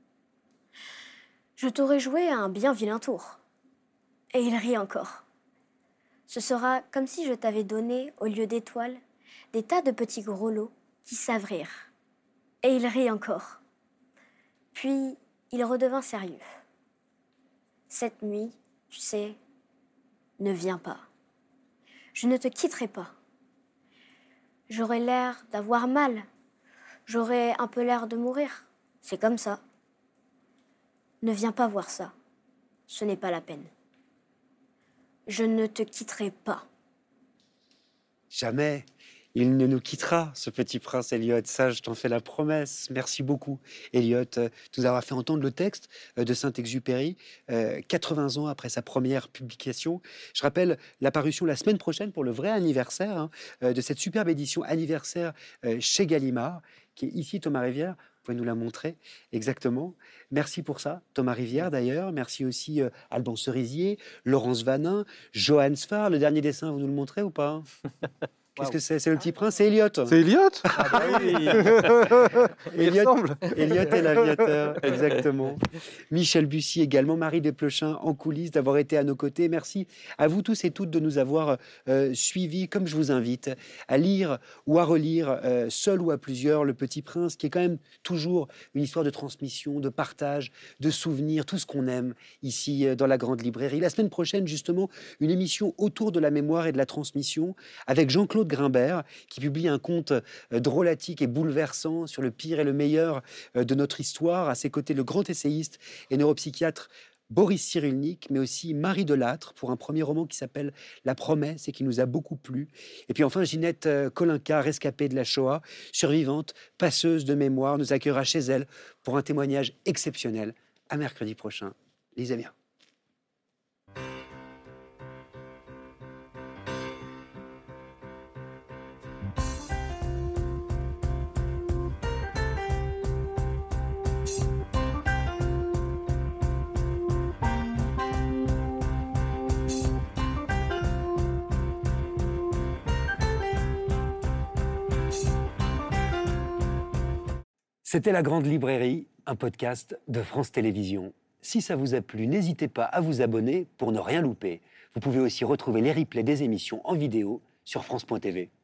Je t'aurai joué un bien vilain tour. Et il rit encore. Ce sera comme si je t'avais donné, au lieu d'étoiles, des tas de petits grelots qui savent rire. Et il rit encore. Puis il redevint sérieux. Cette nuit, tu sais, ne viens pas. Je ne te quitterai pas. J'aurai l'air d'avoir mal. J'aurai un peu l'air de mourir. C'est comme ça. Ne viens pas voir ça. Ce n'est pas la peine. Je ne te quitterai pas. Jamais. Il ne nous quittera, ce petit prince Eliot. Ça, je t'en fais la promesse. Merci beaucoup, Eliot, de nous avoir fait entendre le texte de Saint-Exupéry, 80 ans après sa première publication. Je rappelle la parution la semaine prochaine pour le vrai anniversaire de cette superbe édition anniversaire chez Gallimard, qui est ici, Thomas Rivière. Vous pouvez nous la montrer exactement. Merci pour ça, Thomas Rivière d'ailleurs. Merci aussi Alban Cerisier, Laurence Vanin, Johann Sfar. Le dernier dessin, vous nous le montrez ou pas? Qu'est-ce que c'est? C'est le petit prince, c'est Eliot. C'est Eliot? Ah bah oui. Eliot et l'aviateur, exactement. Michel Bussy également, Marie Desplechin en coulisses, d'avoir été à nos côtés. Merci à vous tous et toutes de nous avoir suivis. Comme je vous invite à lire ou à relire, seul ou à plusieurs, Le Petit Prince, qui est quand même toujours une histoire de transmission, de partage, de souvenirs, tout ce qu'on aime ici dans la Grande Librairie. La semaine prochaine, justement, une émission autour de la mémoire et de la transmission avec Jean-Claude Grimbert, qui publie un conte drôlatique et bouleversant sur le pire et le meilleur de notre histoire. À ses côtés, le grand essayiste et neuropsychiatre Boris Cyrulnik, mais aussi Marie Delattre, pour un premier roman qui s'appelle La Promesse et qui nous a beaucoup plu. Et puis enfin, Ginette Kolinka, rescapée de la Shoah, survivante, passeuse de mémoire, nous accueillera chez elle pour un témoignage exceptionnel. À mercredi prochain. Lisez bien. C'était La Grande Librairie, un podcast de France Télévisions. Si ça vous a plu, n'hésitez pas à vous abonner pour ne rien louper. Vous pouvez aussi retrouver les replays des émissions en vidéo sur France.tv.